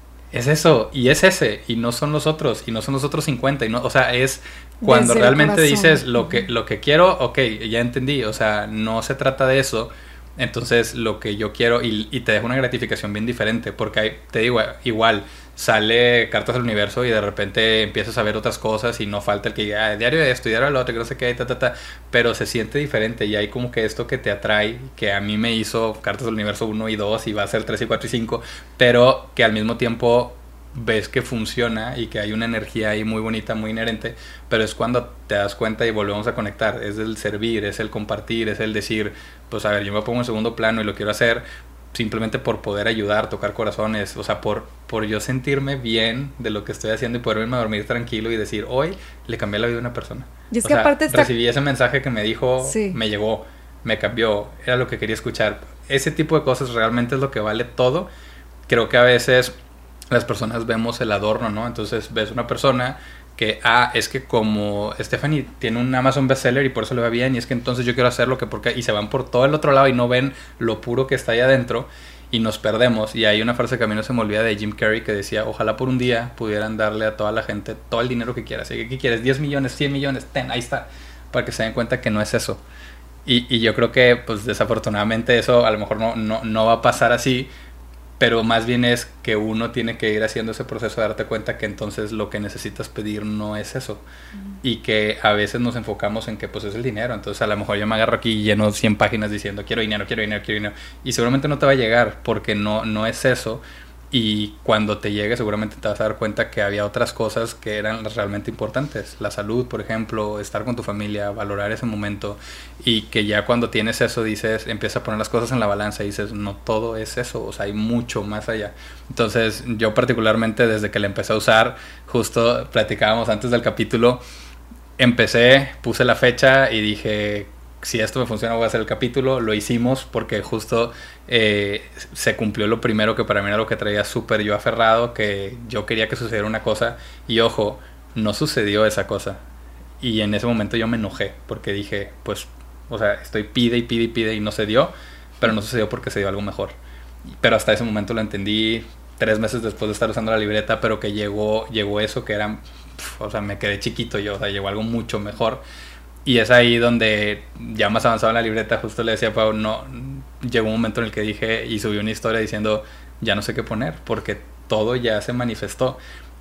es eso, y es ese, y no son los otros, y no son los otros 50, y no, o sea, es cuando desde realmente dices lo que quiero, ok, ya entendí, o sea, no se trata de eso, entonces lo que yo quiero, y te deja una gratificación bien diferente, porque hay, te digo, igual, sale Cartas al Universo y de repente empiezas a ver otras cosas y no falta el que diga, diario de esto, diario de lo otro, que no sé qué, pero se siente diferente y hay como que esto que te atrae, que a mí me hizo Cartas al Universo 1 y 2 y va a ser 3 y 4 y 5, pero que al mismo tiempo ves que funciona y que hay una energía ahí muy bonita, muy inherente, pero es cuando te das cuenta y volvemos a conectar, es el servir, es el compartir, es el decir, pues a ver, yo me pongo en segundo plano y lo quiero hacer simplemente por poder ayudar, tocar corazones, o sea, por yo sentirme bien de lo que estoy haciendo y poder irme a dormir tranquilo y decir, hoy le cambié la vida a una persona. Y es que aparte recibí ese mensaje que me dijo, sí, me llegó, me cambió, era lo que quería escuchar. Ese tipo de cosas realmente es lo que vale todo. Creo que a veces las personas vemos el adorno, ¿no? Entonces ves una persona que, es que como Stephanie tiene un Amazon bestseller y por eso le va bien, y es que entonces yo quiero hacerlo, que porque, y se van por todo el otro lado y no ven lo puro que está ahí adentro y nos perdemos. Y hay una frase que a mí no se me olvida de Jim Carrey que decía, ojalá por un día pudieran darle a toda la gente todo el dinero que quieras. ¿Qué quieres? 10 millones, 100 millones, ahí está, para que se den cuenta que no es eso. Y yo creo que pues desafortunadamente eso a lo mejor no va a pasar así, pero más bien es que uno tiene que ir haciendo ese proceso de darte cuenta que entonces lo que necesitas pedir no es eso. Y que a veces nos enfocamos en que pues es el dinero. Entonces a lo mejor yo me agarro aquí y lleno 100 páginas diciendo quiero dinero, quiero dinero, quiero dinero. Y seguramente no te va a llegar porque no es eso. Y cuando te llegue seguramente te vas a dar cuenta que había otras cosas que eran realmente importantes. La salud, por ejemplo, estar con tu familia, valorar ese momento. Y que ya cuando tienes eso dices, empiezas a poner las cosas en la balanza y dices, no todo es eso, o sea, hay mucho más allá. Entonces yo particularmente desde que la empecé a usar, justo platicábamos antes del capítulo, puse la fecha y dije, si esto me funciona voy a hacer el capítulo. Lo hicimos porque justo se cumplió lo primero que para mí era lo que traía súper yo aferrado, que yo quería que sucediera una cosa y ojo, no sucedió esa cosa. Y en ese momento yo me enojé porque dije, pues, o sea, estoy pide y no se dio, pero no sucedió porque se dio algo mejor. Pero hasta ese momento lo entendí 3 meses después de estar usando la libreta, pero que llegó eso que era, o sea, me quedé chiquito yo, o sea, llegó algo mucho mejor. Y es ahí donde ya más avanzado en la libreta, justo le decía a Pau, llegó un momento en el que dije y subí una historia diciendo, ya no sé qué poner, porque todo ya se manifestó.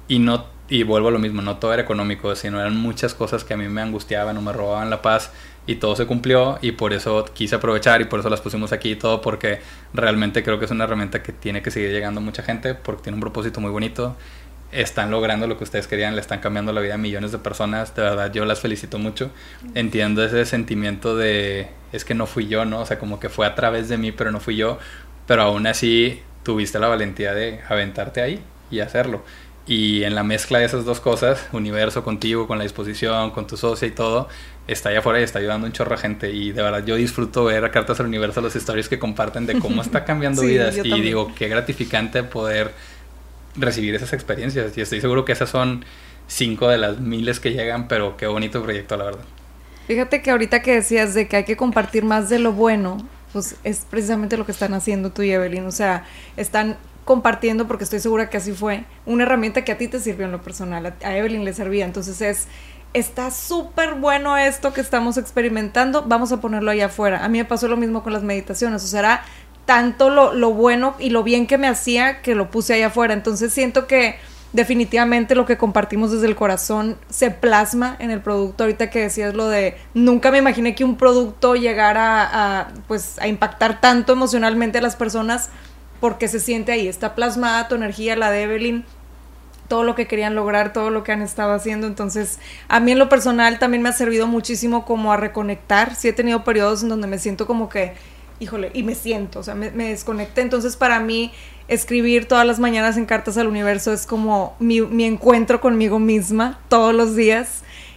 Y vuelvo a lo mismo, no todo era económico, sino eran muchas cosas que a mí me angustiaban o me robaban la paz, y todo se cumplió, y por eso quise aprovechar, y por eso las pusimos aquí y todo, porque realmente creo que es una herramienta que tiene que seguir llegando a mucha gente, porque tiene un propósito muy bonito. Están logrando lo que ustedes querían, le están cambiando la vida a millones de personas, de verdad yo las felicito mucho. Entiendo ese sentimiento de, es que no fui yo, ¿no? O sea, como que fue a través de mí, pero no fui yo, pero aún así tuviste la valentía de aventarte ahí y hacerlo. Y en la mezcla de esas dos cosas, universo contigo, con la disposición, con tu socia y todo, está allá afuera y está ayudando un chorro de gente. Y de verdad yo disfruto ver a Cartas al Universo los stories que comparten de cómo está cambiando sí, vidas. Y también. digo, qué gratificante poder recibir esas experiencias, y estoy seguro que esas son 5 de las miles que llegan, pero qué bonito proyecto, la verdad. Fíjate que ahorita que decías de que hay que compartir más de lo bueno, pues es precisamente lo que están haciendo tú y Evelyn, o sea, están compartiendo, porque estoy segura que así fue, una herramienta que a ti te sirvió en lo personal, a Evelyn le servía, entonces está súper bueno esto que estamos experimentando, vamos a ponerlo allá afuera. A mí me pasó lo mismo con las meditaciones, o sea, era tanto lo bueno y lo bien que me hacía que lo puse allá afuera. Entonces siento que definitivamente lo que compartimos desde el corazón se plasma en el producto. Ahorita que decías lo de, nunca me imaginé que un producto llegara a impactar tanto emocionalmente a las personas, porque se siente ahí, está plasmada tu energía, la de Evelyn, todo lo que querían lograr, todo lo que han estado haciendo. Entonces a mí en lo personal también me ha servido muchísimo como a reconectar. Sí he tenido periodos en donde me siento como que híjole, y me siento, o sea, me desconecté. Entonces para mí escribir todas las mañanas en Cartas al Universo es como mi encuentro conmigo misma todos los días,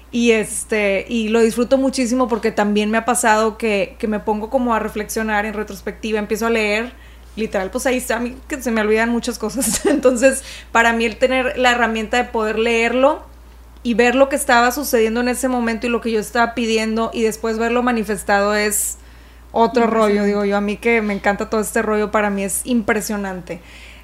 Y lo disfruto muchísimo porque también me ha pasado que me pongo como a reflexionar en retrospectiva, empiezo a leer, literal, pues ahí está, a mí que se me olvidan muchas cosas. Entonces, para mí el tener la herramienta de poder leerlo y ver lo que estaba sucediendo en ese momento y lo que yo estaba pidiendo y después verlo manifestado es otro rollo, digo yo. A mí que me encanta todo este rollo, para mí es impresionante.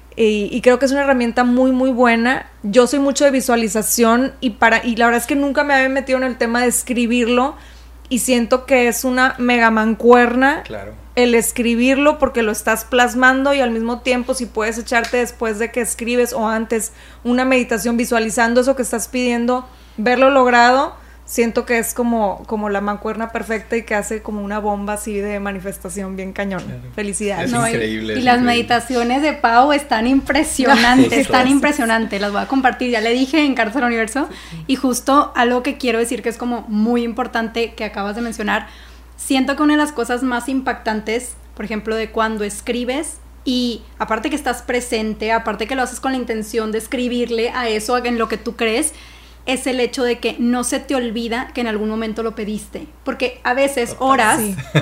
Y creo que es una herramienta muy, muy buena. Yo soy mucho de visualización y la verdad es que nunca me había metido en el tema de escribirlo y siento que es una mega mancuerna el escribirlo porque lo estás plasmando y al mismo tiempo si puedes echarte después de que escribes o antes una meditación visualizando eso que estás pidiendo, verlo logrado, siento que es como la mancuerna perfecta y que hace como una bomba así de manifestación bien cañón. Felicidades. Es increíble. Y las meditaciones de Pau están impresionantes, las voy a compartir, ya le dije en Cartas al Universo, y justo algo que quiero decir que es como muy importante que acabas de mencionar, siento que una de las cosas más impactantes, por ejemplo, de cuando escribes, y aparte que estás presente, aparte que lo haces con la intención de escribirle a eso en lo que tú crees, es el hecho de que no se te olvida que en algún momento lo pediste. Porque a veces oras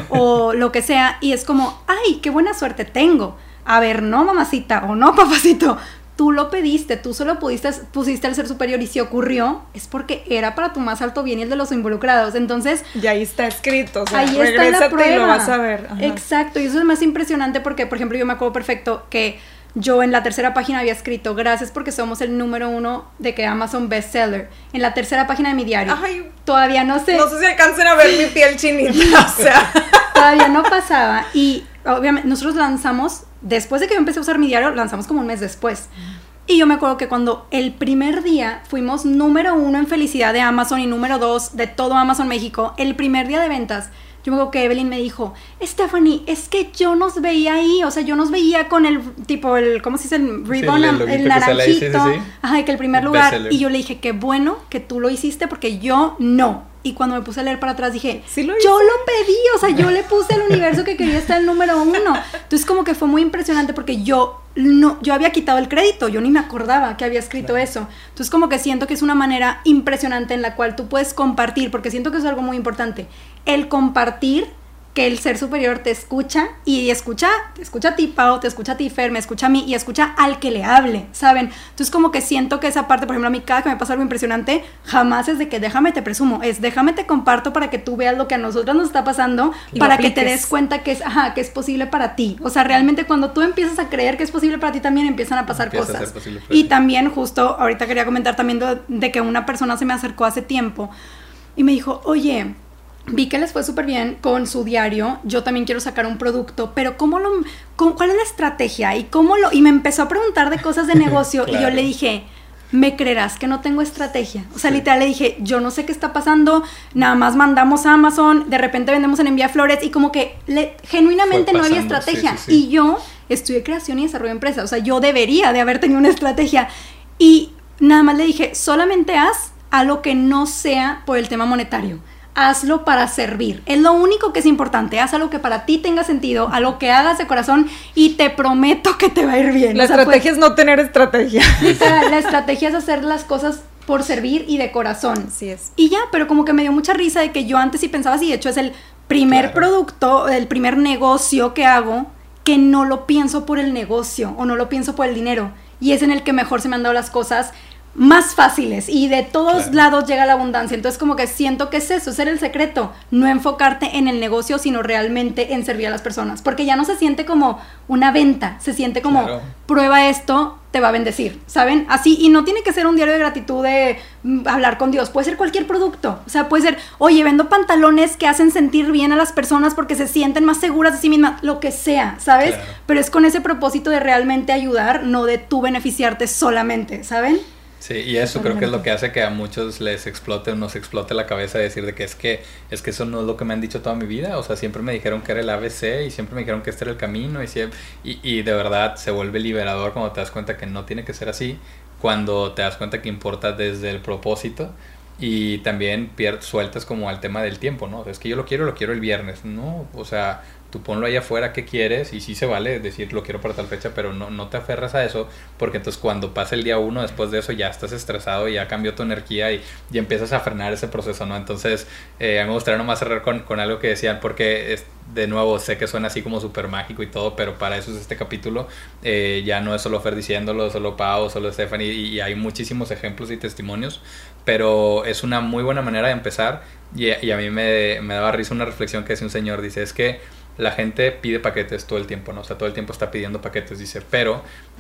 o lo que sea y es como, ¡ay, qué buena suerte tengo! A ver, no, mamacita, o no, papacito. Tú lo pediste, tú solo pusiste el ser superior y si ocurrió, es porque era para tu más alto bien y el de los involucrados. Entonces... Y ahí está escrito, o sea, ahí está la prueba. Y lo vas a ver. Ajá. Exacto, y eso es más impresionante porque, por ejemplo, yo me acuerdo perfecto que yo en la tercera página había escrito, gracias porque somos el número 1 de que Amazon bestseller. En la tercera página de mi diario. Ay, todavía no sé. No sé si alcancen a ver mi piel chinita, o sea. Todavía no pasaba. Y obviamente nosotros lanzamos, después de que yo empecé a usar mi diario, lanzamos como un mes después. Y yo me acuerdo que cuando el primer día fuimos número 1 en felicidad de Amazon y número 2 de todo Amazon México, el primer día de ventas, yo me acuerdo que Evelyn me dijo, Stephanie, es que yo nos veía ahí, o sea, yo nos veía con el tipo, ¿cómo se dice? El ribbon, el naranjito, ajá, que el primer lugar, bestseller. Y yo le dije, qué bueno que tú lo hiciste porque yo no. Y cuando me puse a leer para atrás dije, yo lo pedí, o sea, yo le puse al universo que quería estar el número 1. Entonces como que fue muy impresionante porque yo había quitado el crédito, yo ni me acordaba que había escrito eso. Entonces como que siento que es una manera impresionante en la cual tú puedes compartir, porque siento que es algo muy importante, el compartir que el ser superior te escucha y te escucha a ti, Pau, te escucha a ti, Fer, me escucha a mí y escucha al que le hable, ¿saben? Entonces como que siento que esa parte, por ejemplo, a mí cada que me pasa algo impresionante, jamás es de que déjame te presumo, es déjame te comparto para que tú veas lo que a nosotras nos está pasando, y para que te des cuenta que es posible para ti. O sea, realmente cuando tú empiezas a creer que es posible para ti, también empiezan a pasar cosas. Y también justo, ahorita quería comentar también de que una persona se me acercó hace tiempo y me dijo, oye, vi que les fue súper bien con su diario, yo también quiero sacar un producto, pero ¿cuál es la estrategia? Y me empezó a preguntar de cosas de negocio. Claro. Y yo le dije, ¿me creerás que no tengo estrategia? O sea, literal le dije, yo no sé qué está pasando, nada más mandamos a Amazon, de repente vendemos en Envía Flores y como que genuinamente no había estrategia. Y yo estudié creación y desarrollo de empresa, o sea, yo debería de haber tenido una estrategia. Y nada más le dije, solamente haz algo que no sea por el tema monetario. Hazlo para servir, es lo único que es importante, haz algo que para ti tenga sentido, algo que hagas de corazón y te prometo que te va a ir bien. La estrategia es no tener estrategia. La estrategia es hacer las cosas por servir y de corazón. Así es. Y ya, pero como que me dio mucha risa de que yo antes sí pensaba así, de hecho es el primer producto, el primer negocio que hago que no lo pienso por el negocio o no lo pienso por el dinero y es en el que mejor se me han dado las cosas más fáciles y de todos lados llega la abundancia. Entonces como que siento que es eso, es el secreto, no enfocarte en el negocio sino realmente en servir a las personas, porque ya no se siente como una venta, se siente como prueba esto, te va a bendecir, ¿saben? Así, y no tiene que ser un diario de gratitud de hablar con Dios, puede ser cualquier producto, o sea, puede ser, oye, vendo pantalones que hacen sentir bien a las personas porque se sienten más seguras de sí mismas, lo que sea, ¿sabes? Pero es con ese propósito de realmente ayudar, no de tú beneficiarte solamente, ¿saben? Sí, y eso creo que es lo que hace que a muchos nos explote la cabeza de decir de que es que eso no es lo que me han dicho toda mi vida, o sea, siempre me dijeron que era el ABC y siempre me dijeron que este era el camino y de verdad se vuelve liberador cuando te das cuenta que no tiene que ser así, cuando te das cuenta que importa desde el propósito y también sueltas como al tema del tiempo, ¿no? Es que yo lo quiero el viernes, no, o sea, tú ponlo ahí afuera que quieres, y sí se vale decir lo quiero para tal fecha, pero no te aferras a eso, porque entonces cuando pasa el día 1, después de eso ya estás estresado y ya cambió tu energía y empiezas a frenar ese proceso, ¿no? Entonces a mí me gustaría nomás cerrar con algo que decían, porque de nuevo sé que suena así como súper mágico y todo, pero para eso es este capítulo. Ya no es solo Fer diciéndolo, solo Pau, solo Stephanie, y hay muchísimos ejemplos y testimonios, pero es una muy buena manera de empezar. Y a mí me daba risa una reflexión que hace un señor, dice, es que la gente pide paquetes todo el tiempo, ¿no? O sea, todo el tiempo está pidiendo paquetes, dice, pero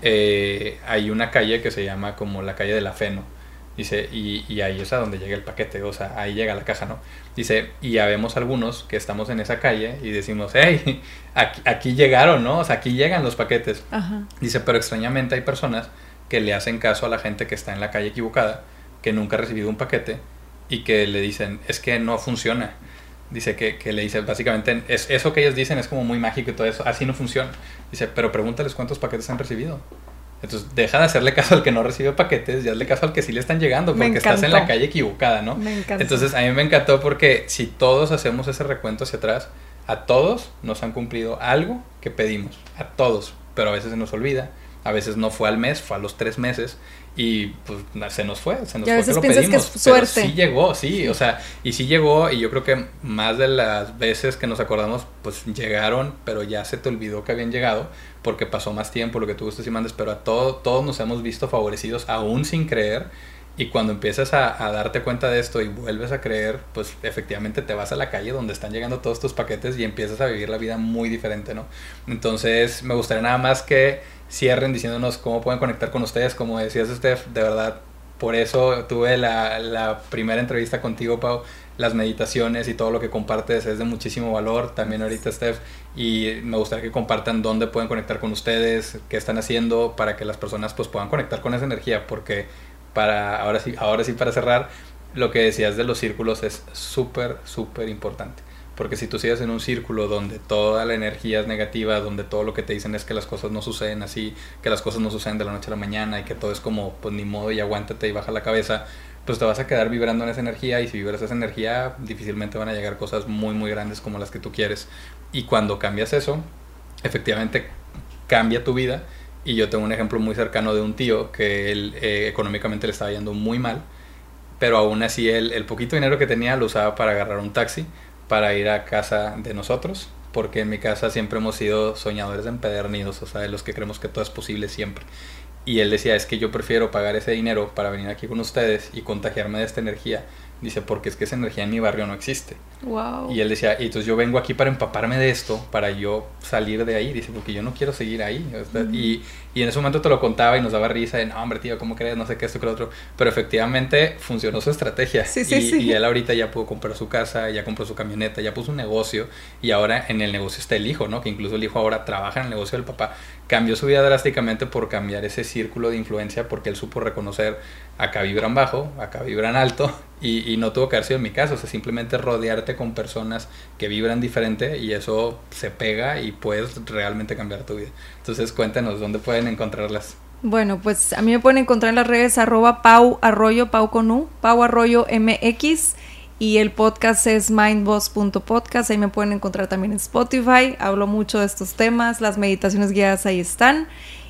hay una calle que se llama como la calle de la fe, ¿no? Dice, y ahí es a donde llega el paquete, o sea, ahí llega la caja, ¿no? Dice, y ya vemos algunos que estamos en esa calle y decimos, hey, aquí llegaron, ¿no? O sea, aquí llegan los paquetes. Ajá. Dice, pero extrañamente hay personas que le hacen caso a la gente que está en la calle equivocada, que nunca ha recibido un paquete, y que le dicen, es que no funciona. Dice que le dice, básicamente, eso que ellos dicen es como muy mágico y todo eso, así no funciona. Dice, pero pregúntales cuántos paquetes han recibido. Entonces deja de hacerle caso al que no recibe paquetes y hazle caso al que sí le están llegando, porque estás en la calle equivocada, ¿no? Me encantó. Entonces a mí me encantó porque si todos hacemos ese recuento hacia atrás, a todos nos han cumplido algo que pedimos, a todos, pero a veces se nos olvida, a veces no fue al mes, fue a los 3 meses y pues se nos fue y a veces piensas que es suerte. Pero sí llegó, sí, o sea, y sí llegó, y yo creo que más de las veces que nos acordamos, pues llegaron, pero ya se te olvidó que habían llegado, porque pasó más tiempo, lo que tú gustes y mandes, pero a todos nos hemos visto favorecidos, aún sin creer, y cuando empiezas a darte cuenta de esto y vuelves a creer, pues efectivamente te vas a la calle donde están llegando todos tus paquetes y empiezas a vivir la vida muy diferente, ¿no? Entonces me gustaría nada más que cierren diciéndonos cómo pueden conectar con ustedes, como decías, Steph, de verdad, por eso tuve la primera entrevista contigo, Pau. Las meditaciones y todo lo que compartes es de muchísimo valor, también ahorita, Steph, y me gustaría que compartan dónde pueden conectar con ustedes, qué están haciendo, para que las personas pues puedan conectar con esa energía, porque ahora sí para cerrar, lo que decías de los círculos es súper importante, porque si tú sigues en un círculo donde toda la energía es negativa, donde todo lo que te dicen es que las cosas no suceden así, que las cosas no suceden de la noche a la mañana y que todo es como pues ni modo y aguántate y baja la cabeza, pues te vas a quedar vibrando en esa energía, y si vibras esa energía difícilmente van a llegar cosas muy grandes como las que tú quieres. Y cuando cambias eso, efectivamente cambia tu vida. Y yo tengo un ejemplo muy cercano de un tío que él económicamente le estaba yendo muy mal, pero aún así el poquito dinero que tenía lo usaba para agarrar un taxi para ir a casa de nosotros, porque en mi casa siempre hemos sido soñadores empedernidos, o sea, de los que creemos que todo es posible siempre. Y él decía, es que yo prefiero pagar ese dinero para venir aquí con ustedes y contagiarme de esta energía. Dice, porque es que esa energía en mi barrio no existe. Wow. Y él decía, y entonces yo vengo aquí para empaparme de esto, para yo salir de ahí. Dice, porque yo no quiero seguir ahí. Y en ese momento te lo contaba y nos daba risa de, no, hombre, tío, ¿cómo crees? No sé qué, esto, que lo otro. Pero efectivamente funcionó su estrategia. Sí. Y él ahorita ya pudo comprar su casa, ya compró su camioneta, ya puso un negocio. Y ahora en el negocio está el hijo, ¿no? Que incluso el hijo ahora trabaja en el negocio del papá. Cambió su vida drásticamente por cambiar ese círculo de influencia, porque él supo reconocer, acá vibran bajo, acá vibran alto, y no tuvo que haber sido en mi caso. O sea, simplemente rodearte con personas que vibran diferente y eso se pega y puedes realmente cambiar tu vida. Entonces cuéntanos dónde pueden encontrarlas. Bueno, pues a mí me pueden encontrar en las redes @Pau Arroyo, Pau con U, Pau Arroyo MX, y el podcast es mindboss.podcast. Ahí me pueden encontrar también en Spotify. Hablo mucho de estos temas, las meditaciones guiadas ahí están,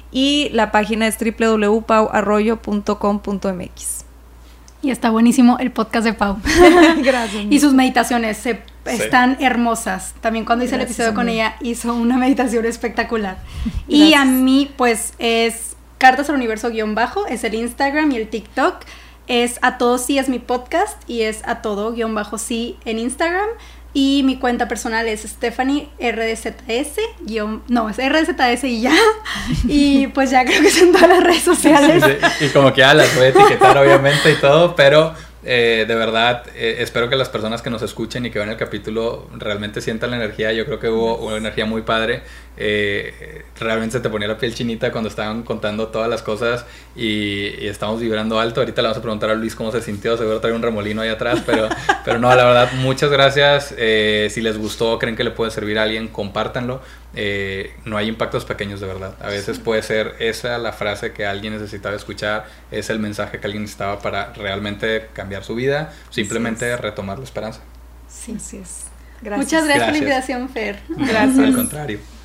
y la página es www.pauarroyo.com.mx. Y está buenísimo el podcast de Pau. Gracias. Y sus meditaciones están hermosas. También cuando hice el episodio con ella, hizo una meditación espectacular. Y a mí, pues, es Cartas al Universo _, es el Instagram y el TikTok. Es A Todo Sí es mi podcast, y es A Todo _sí en Instagram. Y mi cuenta personal es Stephanie RDZS, es RDZS y ya. Y pues ya creo que son todas las redes sociales. Sí, y como que ya las voy a etiquetar obviamente y todo, pero de verdad espero que las personas que nos escuchen y que vean el capítulo realmente sientan la energía. Yo creo que hubo una energía muy padre. Realmente se te ponía la piel chinita cuando estaban contando todas las cosas y estamos vibrando alto. Ahorita le vamos a preguntar a Luis cómo se sintió, seguro trae un remolino ahí atrás, pero no, la verdad, muchas gracias. Si les gustó, creen que le puede servir a alguien, compártanlo. No hay impactos pequeños, de verdad. A veces puede ser esa la frase que alguien necesitaba escuchar, es el mensaje que alguien necesitaba para realmente cambiar su vida, simplemente retomar la esperanza. Sí, así es. Muchas gracias por la invitación, Fer. Gracias. Al contrario.